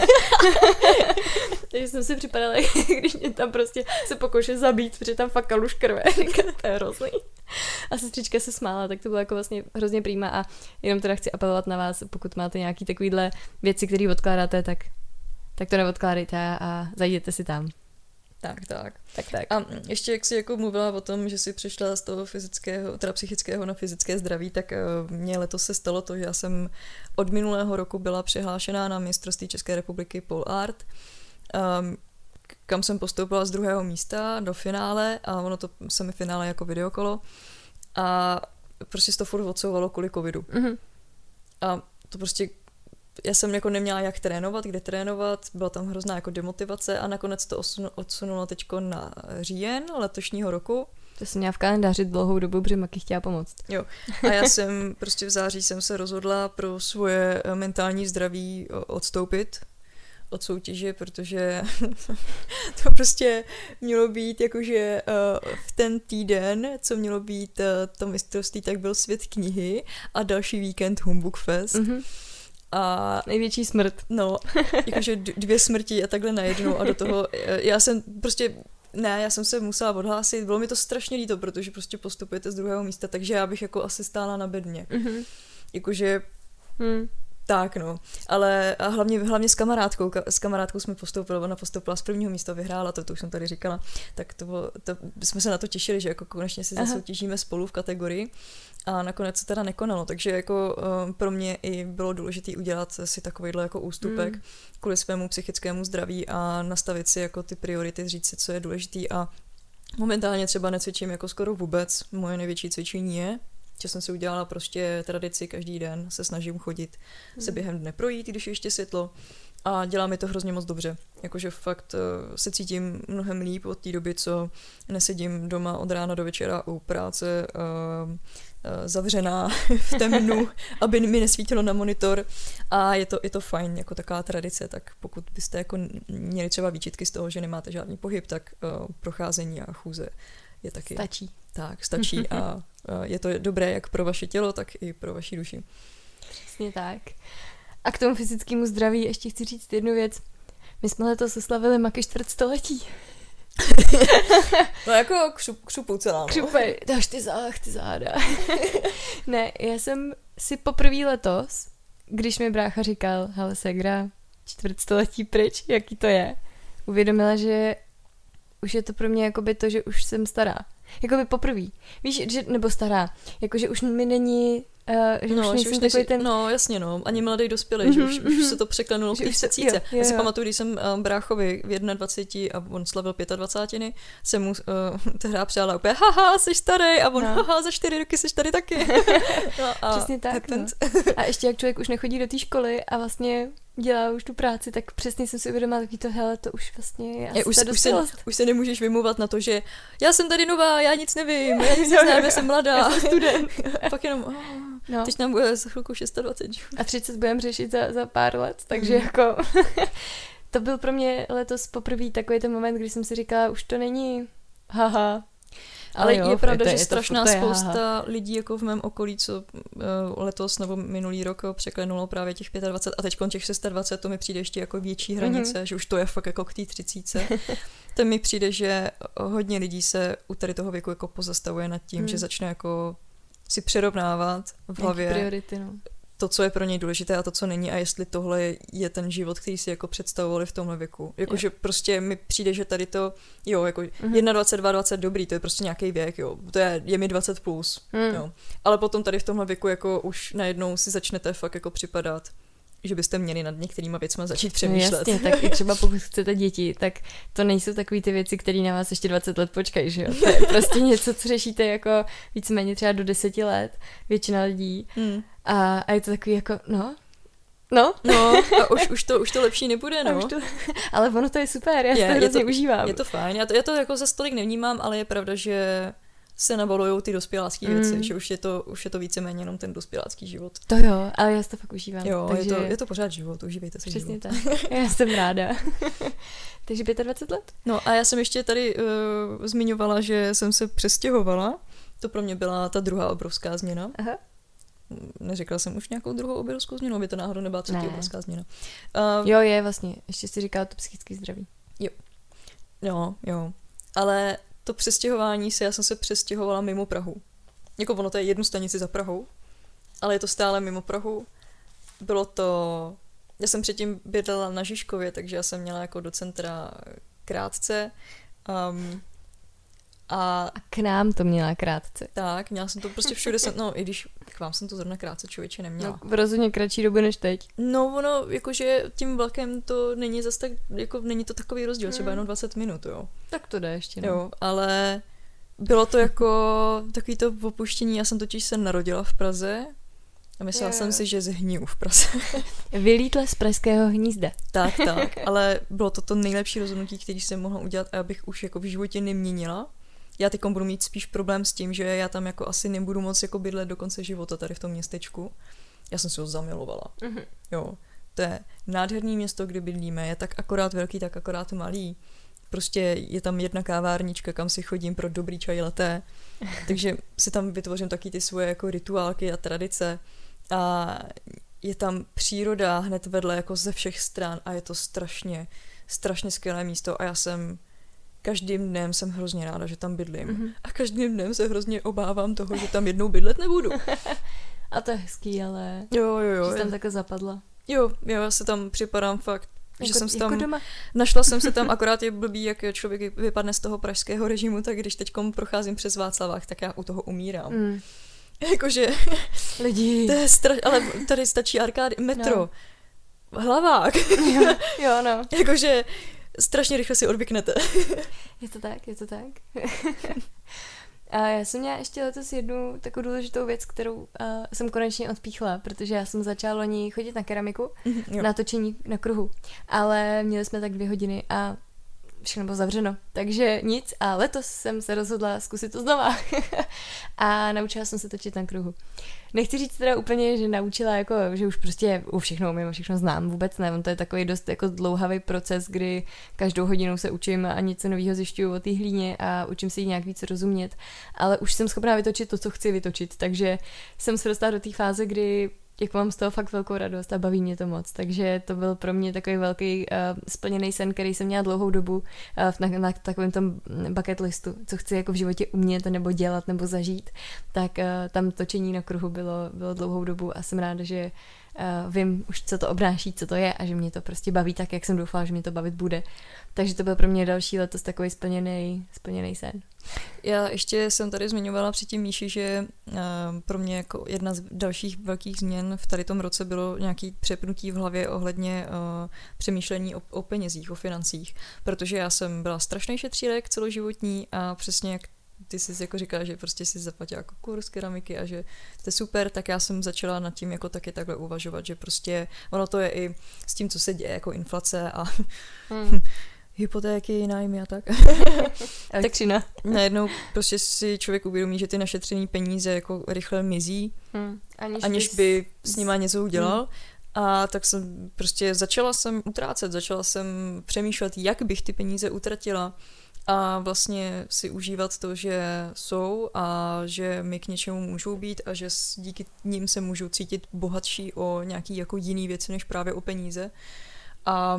Takže jsem si připadala, když mě tam prostě se pokouše zabít, protože tam fakt kaluž krve. Říkám, to je hrozný. A sestřička se smála, tak to bylo jako vlastně hrozně prýma a jenom teda chci apelovat na vás, pokud máte nějaký takovýhle věci, které odkládáte, tak to neodkládejte a zajděte si tam. Tak. A ještě jak jsi jako mluvila o tom, že jsi přišla z toho fyzického, teda psychického na fyzické zdraví, tak mně letos se stalo to, že já jsem od minulého roku byla přihlášená na mistrovství České republiky Pole Art, kam jsem postoupila z 2. místa do finále a ono to semifinále jako videokolo a prostě se to furt odsouvalo kvůli covidu. Mm-hmm. A to prostě já jsem jako neměla jak trénovat, kde trénovat, byla tam hrozná jako demotivace a nakonec to odsunulo teďko na říjen letošního roku. To jsem měla v kalendáři dlouhou dobu, protože Maki chtěla pomoct. Jo. A já jsem prostě v září jsem se rozhodla pro svoje mentální zdraví odstoupit od soutěže, protože to prostě mělo být jakože v ten týden, co mělo být to mistrovství, tak byl Svět knihy a další víkend Humbug Fest. Mm-hmm. A největší smrt. No, jakože 2 smrti a takhle najednou a do toho já jsem se musela odhlásit, bylo mi to strašně líto, protože prostě postupujete z 2. místa, takže já bych jako asi stála na bedně. Mm-hmm. Jakože tak no, ale a hlavně s kamarádkou jsme postoupili, ona postoupila z 1. místa, vyhrála to už jsem tady říkala, tak to jsme se na to těšili, že jako konečně si zasoutěžíme spolu v kategorii a nakonec se teda nekonalo, takže jako pro mě i bylo důležité udělat si takovýhle jako ústupek kvůli svému psychickému zdraví a nastavit si jako ty priority, říct si, co je důležitý a momentálně třeba necvičím jako skoro vůbec, moje největší cvičení je, že jsem si udělala prostě tradici, každý den se snažím chodit, se během dne projít, když je ještě světlo a dělá mi to hrozně moc dobře. Jakože fakt se cítím mnohem líp od té doby, co nesedím doma od rána do večera u práce zavřená v temnu, aby mi nesvítilo na monitor a je to fajn, jako taková tradice, tak pokud byste jako měli třeba výčitky z toho, že nemáte žádný pohyb, tak procházení a chůze je taky... Stačí. Tak, stačí a je to dobré jak pro vaše tělo, tak i pro vaši duši. Přesně tak. A k tomu fyzickému zdraví ještě chci říct jednu věc. My jsme letos oslavili Maki 400letí. No jako křupu celá. No. Křupej, dáš ty záda. Ne, já jsem si poprvé letos, když mi brácha říkal, hele segra, 400letí pryč, jaký to je, uvědomila, že už je to pro mě jakoby to, že už jsem stará. Jakoby poprvé. Víš, že, nebo stará. Jakože už mi není... že no, už nejsem takový ten... No, jasně, no. Ani mladý dospělý, že už se to překlenulo k té 30. Já si pamatuju, když jsem bráchovi v 21 a on slavil 25, jsem mu tehdy přála úplně haha, jsi starý a on haha, za 4 roky jsi tady taky. No, a přesně tak, no. A ještě jak člověk už nechodí do té školy a vlastně dělá už tu práci, tak přesně jsem si uvědomila taky to, hele, to už vlastně je už se nemůžeš vymlouvat na to, že já jsem tady nová, já nic nevím, já nic neznám, já jsem mladá. Já jsem student. A pak jenom, teď nám bude za chvilku 26. A 30 budeme řešit za pár let, takže jako to byl pro mě letos poprvé takový ten moment, kdy jsem si říkala, už to není haha. Ale je pravda, že strašná spousta lidí jako v mém okolí, co letos nebo minulý rok překlenulo právě těch 25 a teď těch 26, to mi přijde ještě jako větší hranice, že už to je fakt jako k té 30. To mi přijde, že hodně lidí se u tady toho věku jako pozastavuje nad tím, že začne jako si přirovnávat v hlavě priority, no. To, co je pro něj důležité a to, co není a jestli tohle je ten život, který si jako představovali v tomhle věku. Jakože prostě mi přijde, že tady to, jo, jako 21, 20, dobrý, to je prostě nějaký věk, jo, to je mi 20 plus, jo. Ale potom tady v tomhle věku jako už najednou si začnete fakt jako připadat, že byste měli nad některýma věcma začít přemýšlet. No jasně, tak i třeba pokud chcete děti, tak to nejsou takový ty věci, které na vás ještě 20 let počkají, že jo? To je prostě něco, co řešíte jako víceméně třeba do 10 let, většina lidí. A je to takový jako, No, a už to lepší nebude, no. Ale ono to je super, já si to hrozně užívám. Je to fajn, já to jako za stolik nevnímám, ale je pravda, že se nabalujou ty dospělácký věci, že už je to víceméně jenom ten dospělácký život. To jo, ale já si to fakt užívám. Jo, takže... je to pořád život, užívejte si přesně život. Přesně tak, já jsem ráda. Takže 25 let? No a já jsem ještě tady zmiňovala, že jsem se přestěhovala, to pro mě byla ta druhá obrovská změna. Aha. Neřekla jsem už nějakou druhou obrovskou změnu, aby to náhodou nebyla třetí obrovská změna. Jo, je vlastně, ještě si říkala to psychické zdraví. Jo, ale to přestěhování já jsem se přestěhovala mimo Prahu. Jako ono to je 1 stanici za Prahou, ale je to stále mimo Prahu. Bylo to... Já jsem předtím bydlela na Žižkově, takže já jsem měla jako do centra krátce A k nám to měla krátce. Tak, měla jsem to prostě všude, i když k vám jsem to zrovna krátce člověče neměla. No, rozhodně kratší dobu než teď. No, ono, jakože tím vlakem to není zas tak, jako není to takový rozdíl, třeba jenom 20 minut, jo. Tak to jde ještě, no. Jo, ale bylo to jako takový to opuštění, já jsem totiž se narodila v Praze a myslela jsem si, že zhniju v Praze. Vylítla z pražského hnízda. Tak, ale bylo to nejlepší rozhodnutí, který jsem mohla udělat a abych už jako v životě neměnila. Já teď budu mít spíš problém s tím, že já tam jako asi nebudu moc jako bydlet do konce života tady v tom městečku. Já jsem si ho zamilovala. Mm-hmm. Jo, to je nádherný město, kde bydlíme, je tak akorát velký, tak akorát malý. Prostě je tam jedna kávárnička, kam si chodím pro dobrý čaj latte. Takže si tam vytvořím taky ty svoje jako rituálky a tradice. A je tam příroda hned vedle jako ze všech stran a je to strašně skvělé místo a já každým dnem jsem hrozně ráda, že tam bydlím. Mm-hmm. A každým dnem se hrozně obávám toho, že tam jednou bydlet nebudu. A to je hezký, ale jo. Že jsi tam takhle zapadla. Jo, já se tam připadám fakt, že jsem se tam doma. Našla jsem se tam, akorát je blbý, jak člověk vypadne z toho pražského režimu, tak když teďkom procházím přes Václavák, tak já u toho umírám. Mm. Jakože lidi. To je ale tady stačí arkády, metro, hlavák. Jo, no. Jakože strašně rychle si odvyknete. Je to tak. A já jsem měla ještě letos jednu takovou důležitou věc, kterou jsem konečně odpíchla, protože já jsem začala loni chodit na keramiku, na točení na kruhu, ale měli jsme tak 2 hodiny a všechno bylo zavřeno, takže nic a letos jsem se rozhodla zkusit to znova a naučila jsem se točit na kruhu. Nechci říct teda úplně, že naučila jako, že už prostě všechno umím, všechno znám, vůbec ne, on to je takový dost jako dlouhavý proces, kdy každou hodinu se učím a něco nového zjišťuju o té hlíně a učím si ji nějak víc rozumět, ale už jsem schopná vytočit to, co chci vytočit, takže jsem se dostala do té fáze, kdy jako mám z toho fakt velkou radost a baví mě to moc, takže to byl pro mě takový velký splněný sen, který jsem měla dlouhou dobu na takovém tom bucket listu, co chci jako v životě umět nebo dělat nebo zažít, tak tam točení na kruhu bylo dlouhou dobu a jsem ráda, že vím už, co to obnáší, co to je a že mě to prostě baví tak, jak jsem doufala, že mě to bavit bude. Takže to byl pro mě další letos takový splněný sen. Já ještě jsem tady zmiňovala předtím Míši, že pro mě jako jedna z dalších velkých změn v tady tom roce bylo nějaký přepnutí v hlavě ohledně přemýšlení o penězích, o financích, protože já jsem byla strašný šetřílek celoživotní a přesně jak ty jsi jako říkala, že prostě si zaplatila jako kurz keramiky a že to je super, tak já jsem začala nad tím jako taky takhle uvažovat, že prostě ono to je i s tím, co se děje, jako inflace a hypotéky, nájmy a tak. Elektřina. Tak najednou prostě si člověk uvědomí, že ty našetřený peníze jako rychle mizí, aniž by s nima něco udělal. A tak jsem prostě začala jsem utrácet, začala jsem přemýšlet, jak bych ty peníze utratila a vlastně si užívat to, že jsou a že mi k něčemu můžou být a že díky nim se můžu cítit bohatší o nějaký jako jiný věci, než právě o peníze. A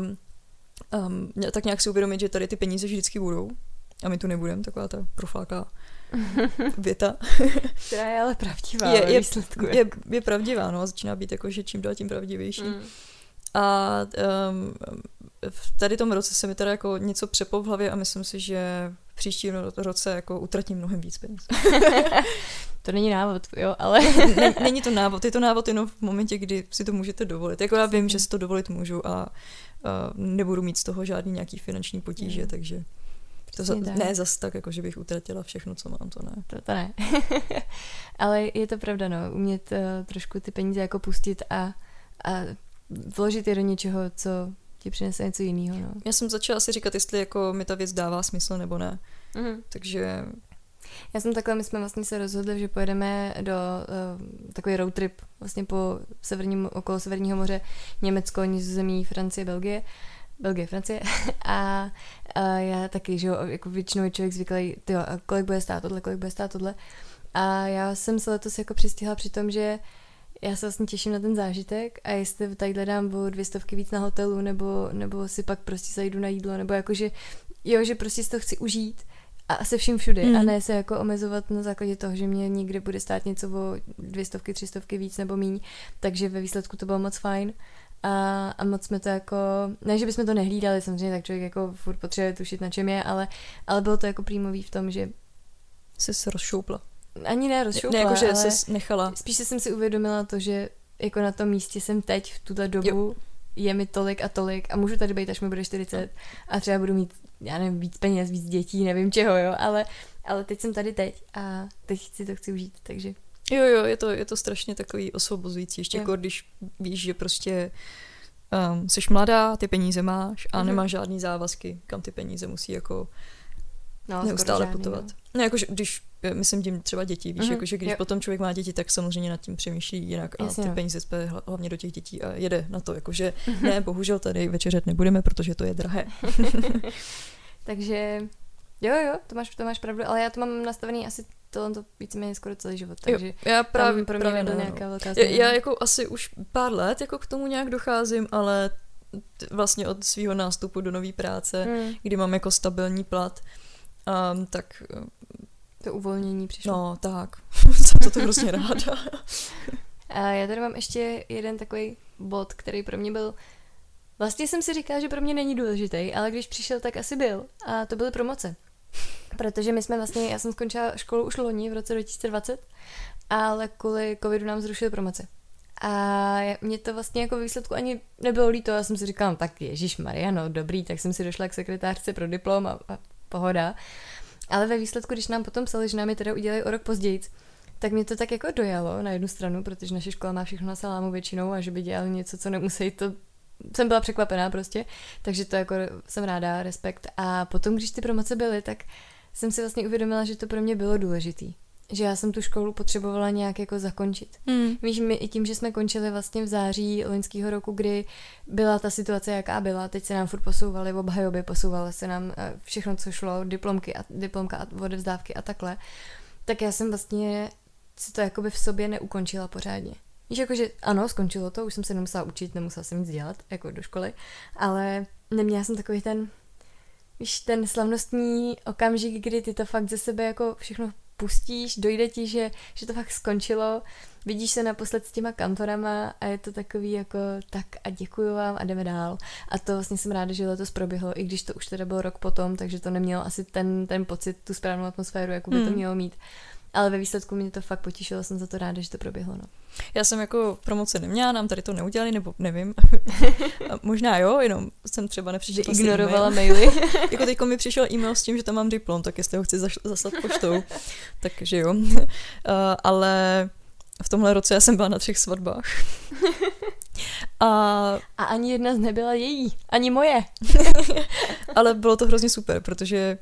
tak nějak si uvědomit, že tady ty peníze vždycky budou a my tu nebudeme, taková ta profláklá věta. Která je ale pravdivá. Je pravdivá, no a začíná být jako, že čím dál tím pravdivější. A v tady tom roce se mi teda jako něco přeplo v hlavě a myslím si, že v příštím roce jako utratím mnohem víc peněz. To není návod, jo, ale... Není to návod, je to návod jenom v momentě, kdy si to můžete dovolit. Jako já vím, že si to dovolit můžu a nebudu mít z toho žádný nějaký finanční potíže, takže to ne zas tak, jako že bych utratila všechno, co mám, to ne. To ne. Ale je to pravda, no, umět trošku ty peníze jako pustit a vložit je do něčeho, co ti přinese něco jiného. No. Já jsem začala si říkat, jestli jako mi ta věc dává smysl nebo ne. Takže... Já jsem takhle, my jsme vlastně se rozhodli, že pojedeme do takový road trip vlastně po okolo Severního moře, Německo, Nizozemí, Francie, Belgie, Francie a já taky, že jo, jako většinou je člověk zvyklý, tyjo, kolik bude stát tohle a já jsem se letos jako přistihla při tom, že já se vlastně těším na ten zážitek a jestli tadyhle dám o 200 víc na hotelu nebo si pak prostě zajdu na jídlo, nebo jakože jo, že prostě si to chci užít a se vším všude a ne se jako omezovat na základě toho, že mě někde bude stát něco o 200, 300 víc nebo míň, takže ve výsledku to bylo moc fajn a moc jsme to jako, ne, že bychom to nehlídali, samozřejmě tak člověk jako furt potřebuje tušit, na čem je, ale bylo to jako prímový v tom, že jsi se rozšoupla. Ani ne rozšoupla, ne, jako, že jsi nechala. Spíš jsem si uvědomila to, že jako na tom místě jsem teď v tuhle dobu, je mi tolik a tolik a můžu tady být, až mi bude 40 a třeba budu mít, já nevím, víc peněz, víc dětí, nevím čeho, jo, ale teď jsem tady teď a teď si to chci užít, takže. Jo, je to strašně takový osvobozující, ještě jako když víš, že prostě jsi mladá, ty peníze máš a nemáš žádný závazky, kam ty peníze musí jako neustále žádný, putovat. No, jakože když, myslím tím třeba děti, víš, jakože když potom člověk má děti, tak samozřejmě nad tím přemýšlí jinak a ty peníze spějí hlavně do těch dětí a jede na to, jakože ne, bohužel tady večeřet nebudeme, protože to je drahé. Takže jo, to máš pravdu, ale já to mám nastavený asi to víceméně skoro celý život, takže já právě pro mě nebyl nějaká velká změna. Já jako asi už pár let jako k tomu nějak docházím, ale vlastně od svého nástupu do nové práce, kdy mám jako stabilní plat, tak to uvolnění přišlo. No, tak. Jsem to hrozně ráda. A já tady mám ještě jeden takový bod, který pro mě byl, vlastně jsem si říkala, že pro mě není důležitý, ale když přišel, tak asi byl. A to byly promoce. Protože my jsme vlastně, já jsem skončila školu už loni v roce 2020, ale kvůli covidu nám zrušili promoce. A mě to vlastně jako výsledku ani nebylo líto, já jsem si říkala, no, tak ježišmarja, no dobrý, tak jsem si došla k sekretářce pro diplom a pohoda. Ale ve výsledku, když nám potom psali, že nám je teda udělají o rok později, tak mě to tak jako dojalo na jednu stranu, protože naše škola má všechno na salámu většinou a že by dělali něco, co nemusí, to jsem byla překvapená prostě, takže to jako jsem ráda, respekt. A potom, když ty promoce byly, tak jsem si vlastně uvědomila, že to pro mě bylo důležitý. Že já jsem tu školu potřebovala nějak jako zakončit. Víš, my i tím, že jsme končili vlastně v září loňského roku, kdy byla ta situace, jaká byla, teď se nám furt posouvaly obhajoby, posouvaly se nám všechno, co šlo, diplomka a odevzdávky a takhle, tak já jsem vlastně si to jakoby v sobě neukončila pořádně. Víš, jakože ano, skončilo to, už jsem se nemusela učit, nemusela jsem nic dělat, jako do školy, ale neměla jsem takový ten slavnostní okamžik, kdy ty to fakt ze sebe jako všechno pustíš, dojde ti, že to fakt skončilo, vidíš se naposled s těma kantorama a je to takový jako tak a děkuju vám a jdeme dál. A to vlastně jsem ráda, že letos proběhlo, i když to už teda byl rok potom, takže to nemělo asi ten pocit, tu správnou atmosféru, jakou by to mělo mít. Ale ve výsledku mě to fakt potěšilo, jsem za to ráda, že to proběhlo. No. Já jsem jako promoce neměla, nám tady to neudělali, nebo nevím. Možná jo, jenom jsem třeba nepřišla. Ignorovala maily. Jako teďko mi přišel e-mail s tím, že tam mám diplom, tak jestli ho chci zaslat poštou, takže jo. Ale v tomhle roce já jsem byla na 3 svatbách. A ani jedna z nebyla její, ani moje. Ale bylo to hrozně super, protože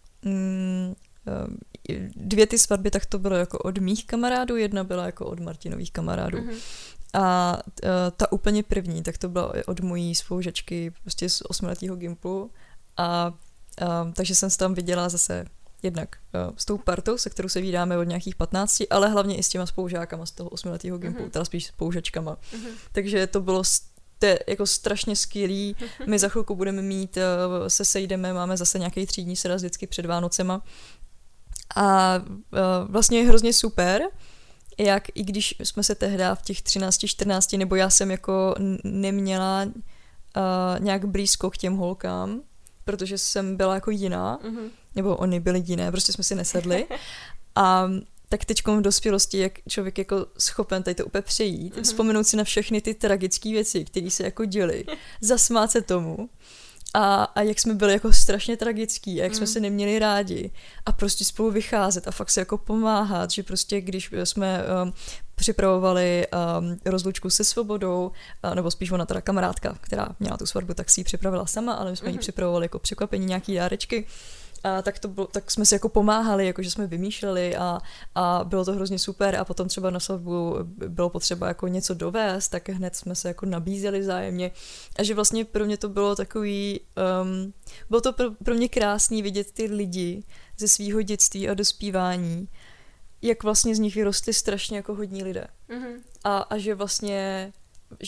2 ty svatby, tak to bylo jako od mých kamarádů, 1 byla jako od Martinových kamarádů. A ta úplně první, tak to byla od mojí spolužačky prostě z 8letého gimplu. A takže jsem se tam viděla zase jednak s tou partou, se kterou se vídáme od nějakých 15, ale hlavně i s těma spolužákama z toho 8letého gimplu, teda spíš spolužačkama. Takže to bylo jako strašně skvělý. My za chvilku budeme mít, se sejdeme, máme zase nějaký třídní sraz vždycky před Vánocema. A vlastně je hrozně super, jak i když jsme se tehdy v těch 13-14, nebo já jsem jako neměla nějak blízko k těm holkám, protože jsem byla jako jiná, nebo oni byli jiné, prostě jsme si nesedli. A tak teďkom v dospělosti, jak člověk jako schopen tady to úplně přejít, vzpomenout si na všechny ty tragické věci, které se jako děly, zasmát se tomu a jak jsme byli jako strašně tragický a jak jsme se neměli rádi a prostě spolu vycházet a fakt se jako pomáhat, že prostě když jsme připravovali rozlučku se Svobodou, nebo spíš ona teda kamarádka, která měla tu svatbu, tak si ji připravila sama, ale my jsme ji připravovali jako překvapení, nějaký dárečky. A tak jsme si jako pomáhali, jako že jsme vymýšleli a bylo to hrozně super a potom třeba na svatbu bylo potřeba jako něco dovést, tak hned jsme se jako nabízeli vzájemně a že vlastně pro mě to bylo takový, bylo to pro mě krásný vidět ty lidi ze svýho dětství a dospívání, jak vlastně z nich vyrostly strašně jako hodní lidé. A že vlastně,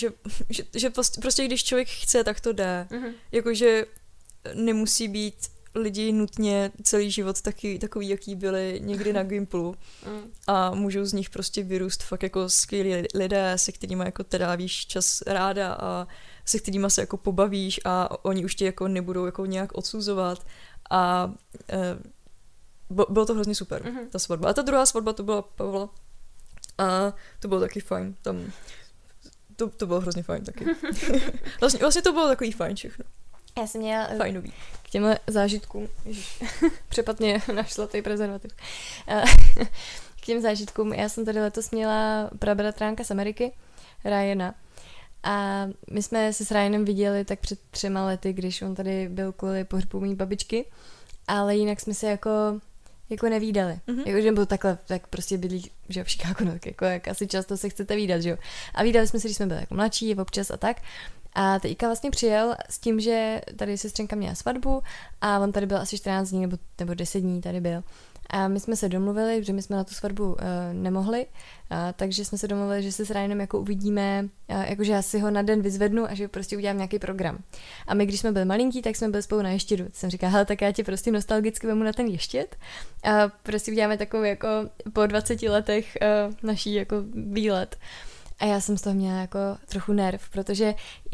že prostě když člověk chce, tak to jde. Jakože nemusí být lidi nutně celý život takový, jaký byli někdy na Gimplu a můžou z nich prostě vyrůst fakt jako skvělí lidé, se kterými jako trávíš čas ráda a se kterými se jako pobavíš a oni už tě jako nebudou jako nějak odsuzovat a bylo to hrozně super, ta svatba. A ta druhá svatba to byla Pavla a to bylo taky fajn, tam to bylo hrozně fajn taky. vlastně to bylo takový fajn všechno. Já jsem měla fajnový. K těmhle zážitkům, přepadně našla tady prezervativ. K těm zážitkům, já jsem tady letos měla prabratránka z Ameriky, Ryana. A my jsme se s Ryanem viděli tak před 3 lety, když on tady byl kvůli pohřbu mý babičky, ale jinak jsme se jako nevídali. Jakože byl takhle, tak prostě bydlí, že v Chicagu, no, tak jako jak asi často se chcete vídat, že jo. A vídali jsme se, když jsme byli jako mladší, občas a tak. A teďka vlastně přijel s tím, že tady sestřenka měla svatbu a on tady byl asi 14 dní nebo 10 dní tady byl. A my jsme se domluvili, že my jsme na tu svatbu nemohli, takže jsme se domluvili, že se s Ryanem jako uvidíme, jakože já si ho na den vyzvednu a že prostě udělám nějaký program. A my, když jsme byli malinký, tak jsme byli spolu na ještědu. Jsem říkala, hele, tak já tě prostě nostalgicky vemu na ten ještěd a prostě uděláme takovou jako po 20 letech naší jako výlet. A já jsem z toho měla jako trochu nerv, protože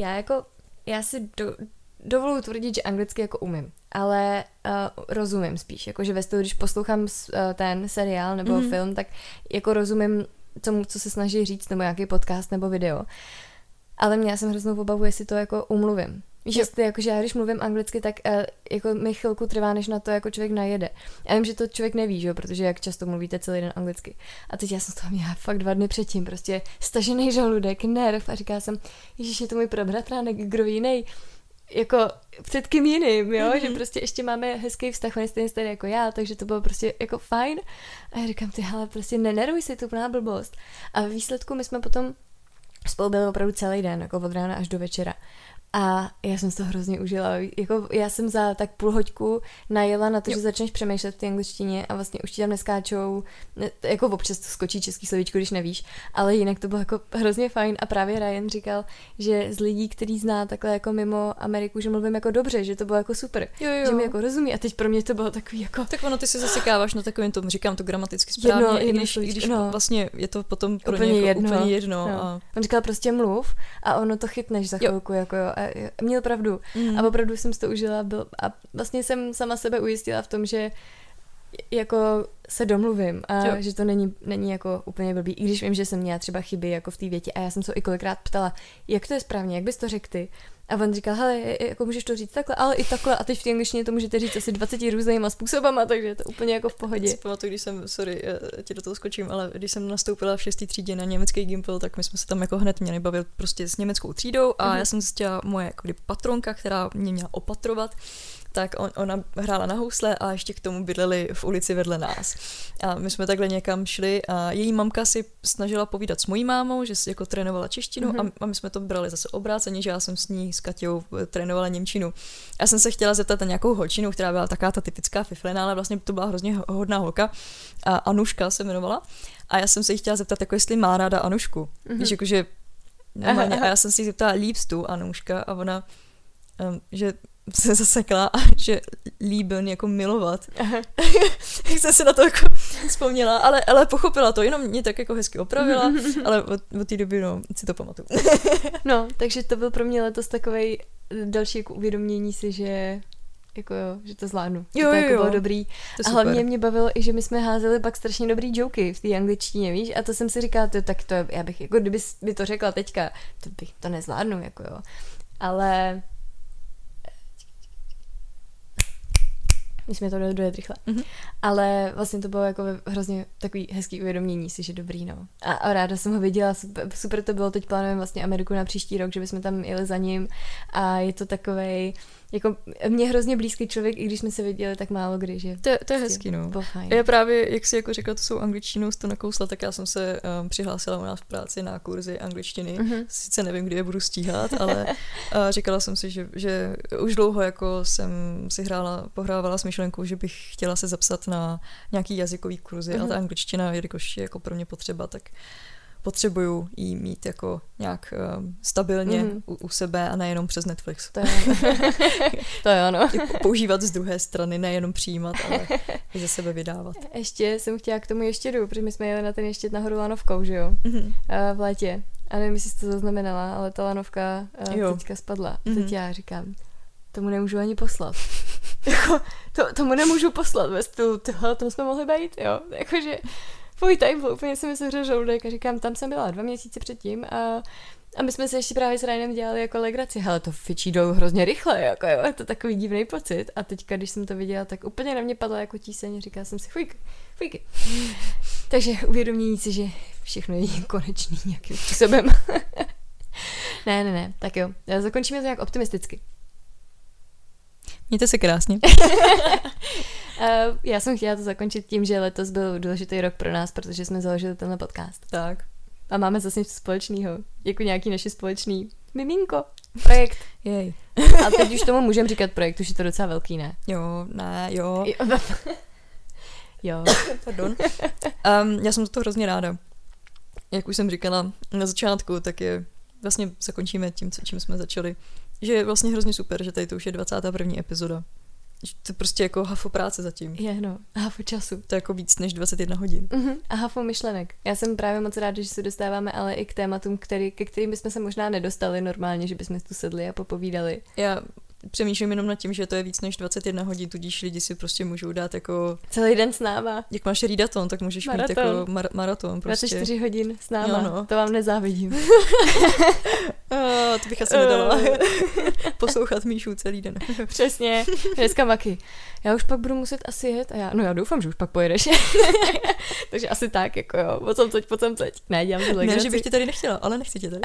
já si dovoluji tvrdit, že anglicky jako umím, ale rozumím spíš, jakože ve stylu, když poslouchám ten seriál nebo film, tak jako rozumím tomu, co se snaží říct, nebo nějaký podcast nebo video. Ale měla jsem hroznou obavu, jestli to jako umluvím. Víš, jakože já když mluvím anglicky, tak jako mi chvilku trvá, než na to jako člověk najede. Já vím, že to člověk neví, že jo, protože jak často mluvíte celý den anglicky. A teď já jsem z toho měla fakt 2 dny předtím, prostě stažený žaludek, nerv a říkala jsem, ježiš, je to můj prabratránek, kdo jiný, jako před kým jiným, jo, že prostě ještě máme hezký vztah, on je stejný tady jako já, takže to bylo prostě jako fajn. A já říkám, ty hele, prostě nenervuj si, to úplná blbost. A ve výsledku my jsme potom spolu byli opravdu celý den, jako od rána až do večera. A já jsem z toho hrozně užila. Jako já jsem za tak půl hoďku najela na to, že začneš přemýšlet v té angličtině a vlastně už ti tam neskáčou, jako občas to skočí český slovíčko, když nevíš, ale jinak to bylo jako hrozně fajn a právě Ryan říkal, že z lidí, který zná takhle jako mimo Ameriku, že mluvím jako dobře, že to bylo jako super, že mi jako rozumí a teď pro mě to bylo takový jako... Tak ono ty si zasekáváš na takovém tom, říkám to gramaticky správně, i když vlastně je to potom pro úplně ně jako úplně jedno. No. A... On říkal prostě mluv a ono to chytneš za chvilku, jako jo. Měl pravdu. A opravdu jsem si to užila a vlastně jsem sama sebe ujistila v tom, že jako se domluvím a že to není jako úplně blbý. I když vím, že jsem měla třeba chyby jako v té větě a já jsem se i kolikrát ptala, jak to je správně, jak bys to řekl ty? A on říkal, hele, jako můžeš to říct takhle, ale i takhle a teď v té angličtině to můžete říct asi 20 různýma způsobama, takže je to úplně jako v pohodě. Si pamatuju, když jsem, ti do toho skočím, ale když jsem nastoupila v 6. třídě na německý Gimpl, tak my jsme se tam jako hned měli bavit prostě s německou třídou a já jsem zjistila moje jako patronka, která mě měla opatrovat, tak ona hrála na housle a ještě k tomu bydleli v ulici vedle nás. A my jsme takhle někam šli a její mamka si snažila povídat s mojí mámou, že si jako trénovala češtinu a my jsme to brali zase obráceně, že já jsem s ní s Katějou trénovala němčinu. Já jsem se chtěla zeptat na nějakou holčinu, která byla taková ta typická fiflina, ale vlastně to byla hrozně hodná holka. A Anuška se jmenovala. A já jsem se jí chtěla zeptat, jako jestli má ráda Anušku. Víš, jakože normálně. A já jsem si jí zeptala, líbst tu Anuška a ona, že se zasekla a že líben jako milovat. Jak jsem si na to jako vzpomněla, ale pochopila to, jenom mě tak jako hezky opravila, ale od té doby si to pamatuju. No, takže to byl pro mě letos takovej další jako uvědomění si, že jako jo, že to zvládnu. Jo, to jako bylo dobrý. A hlavně mě bavilo i, že my jsme házeli pak strašně dobrý joky v té angličtině, víš? A to jsem si říkala, tak to já bych, jako kdyby mi to řekla teďka, to bych to nezvládnu, jako jo. Ale my jsme to dali dojet rychle. Ale vlastně to bylo jako hrozně takový hezký uvědomění si, že dobrý, no. A ráda jsem ho viděla, super to bylo, teď plánujeme vlastně Ameriku na příští rok, že bychom tam jeli za ním a je to takovej, jako mě hrozně blízký člověk, i když jsme se viděli tak málo kdy, že... To je hezký, no. Já právě, jak jsi jako řekla, to jsou angličtinou, to nakousla, tak já jsem se přihlásila u nás v práci na kurzy angličtiny. Sice nevím, kdy je budu stíhat, ale říkala jsem si, že už dlouho jako jsem si pohrávala s myšlenkou, že bych chtěla se zapsat na nějaký jazykový kurzy, a ta angličtina, jelikož je jako pro mě potřeba, tak potřebuju jí mít jako nějak stabilně u sebe a nejenom přes Netflix. To je ono. Používat z druhé strany, nejenom přijímat, ale i ze sebe vydávat. Ještě jsem chtěla k tomu ještědu, protože my jsme jeli na ten ještěd nahoru lanovkou, že jo? V létě. A nevím, jestli jsi to zaznamenala, ale ta lanovka teďka spadla. A teď já říkám, tomu nemůžu ani poslat. Tomu nemůžu poslat ve stylu, tam jsme mohli být, jo. Jakože fuj, tady bylo, úplně se mi sevřel žaludek a říkám, tam jsem byla 2 měsíce předtím a my jsme se ještě právě s Ryanem dělali jako legraci. Hele, to fičí dolů hrozně rychle, jako jo, je to takový divný pocit. A teďka, když jsem to viděla, tak úplně na mě padla jako tíseň a říkala jsem si, fujky. Takže uvědomění si, že všechno je konečný nějakým způsobem. Ne, tak jo, zakončíme to nějak optimisticky. Mějte se krásně. Já jsem chtěla to zakončit tím, že letos byl důležitý rok pro nás, protože jsme založili tenhle podcast. Tak. A máme zase něco společného. Jako nějaký naši společný miminko. Projekt. Jej. A teď už tomu můžeme říkat projekt, už je to docela velký, ne? Jo. Pardon. Já jsem to hrozně ráda. Jak už jsem říkala na začátku, tak je vlastně zakončíme tím, čím jsme začali. Že je vlastně hrozně super, že tady to už je 21. epizoda. To je prostě jako hafo práce zatím. Je, hafo času. To je jako víc než 21 hodin. A hafo myšlenek. Já jsem právě moc ráda, že se dostáváme ale i k tématům, ke kterým bychom se možná nedostali normálně, že bychom tu sedli a popovídali. Já přemýšlím jenom nad tím, že to je víc než 21 hodin, tudíž lidi si prostě můžou dát jako... Celý den s náma. Jak máš readathon, tak můžeš mít jako maraton. Prostě. 24 hodin s náma, jo, to vám nezávidím. To bych asi nedala. Poslouchat Míšu celý den. Přesně, dneska maky. Já už pak budu muset asi jet a já doufám, že už pak pojedeš. Takže asi tak, jako jo, pojď teď. Ne, dělám to legraci. Ne, že bych tě tady nechtěla, ale nechci tě tady.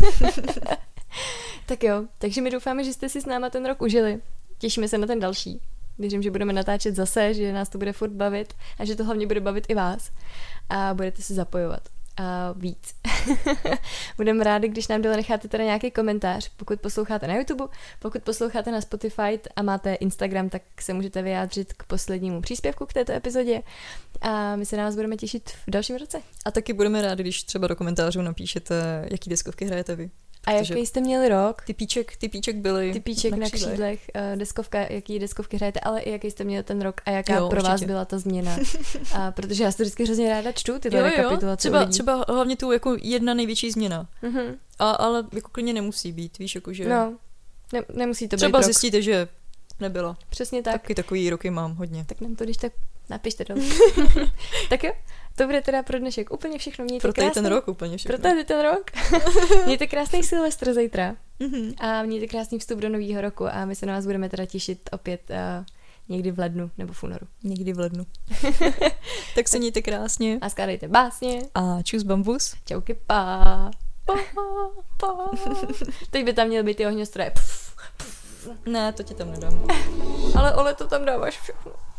Tak jo, takže my doufáme, že jste si s náma ten rok užili. Těšíme se na ten další. Věřím, že budeme natáčet zase, že nás to bude furt bavit a že to hlavně bude bavit i vás. A budete se zapojovat. A víc. Budeme rádi, když nám dole necháte teda nějaký komentář, pokud posloucháte na YouTube, pokud posloucháte na Spotify a máte Instagram, tak se můžete vyjádřit k poslednímu příspěvku k této epizodě a my se na vás budeme těšit v dalším roce. A taky budeme rádi, když třeba do komentářů napíšete, jaký deskovky hrajete vy. A jaký jste měli rok? Typíček byly Typíček na křídlech, deskovka, jaký deskovky hrajete, ale i jaký jste měli ten rok a jaká pro vás byla ta změna. A protože já si to vždycky hrozně ráda čtu, tyhle rekapitulace třeba hlavně tu jako jedna největší změna. Ale jako klidně nemusí být, víš, jakože... No, nemusí to být třeba rok. zjistíte, že nebyla. Přesně tak. Taky takový roky mám hodně. Tak nám to když tak napište dolů. Tak jo, to bude teda pro dnešek úplně všechno. Mějte krásný... ten rok úplně všechno. Pro ten rok. Mějte krásný Silvestr zítra. A mějte krásný vstup do nového roku a my se na vás budeme teda těšit opět někdy v lednu nebo v únoru. Někdy v lednu. Tak se mějte krásně. A skládejte básně. A čus bambus. Čauky, pa. Teď by tam měly být ty ohňostroje. Ne, to ti tam nedám. Ale Ole, to tam dáváš všechno.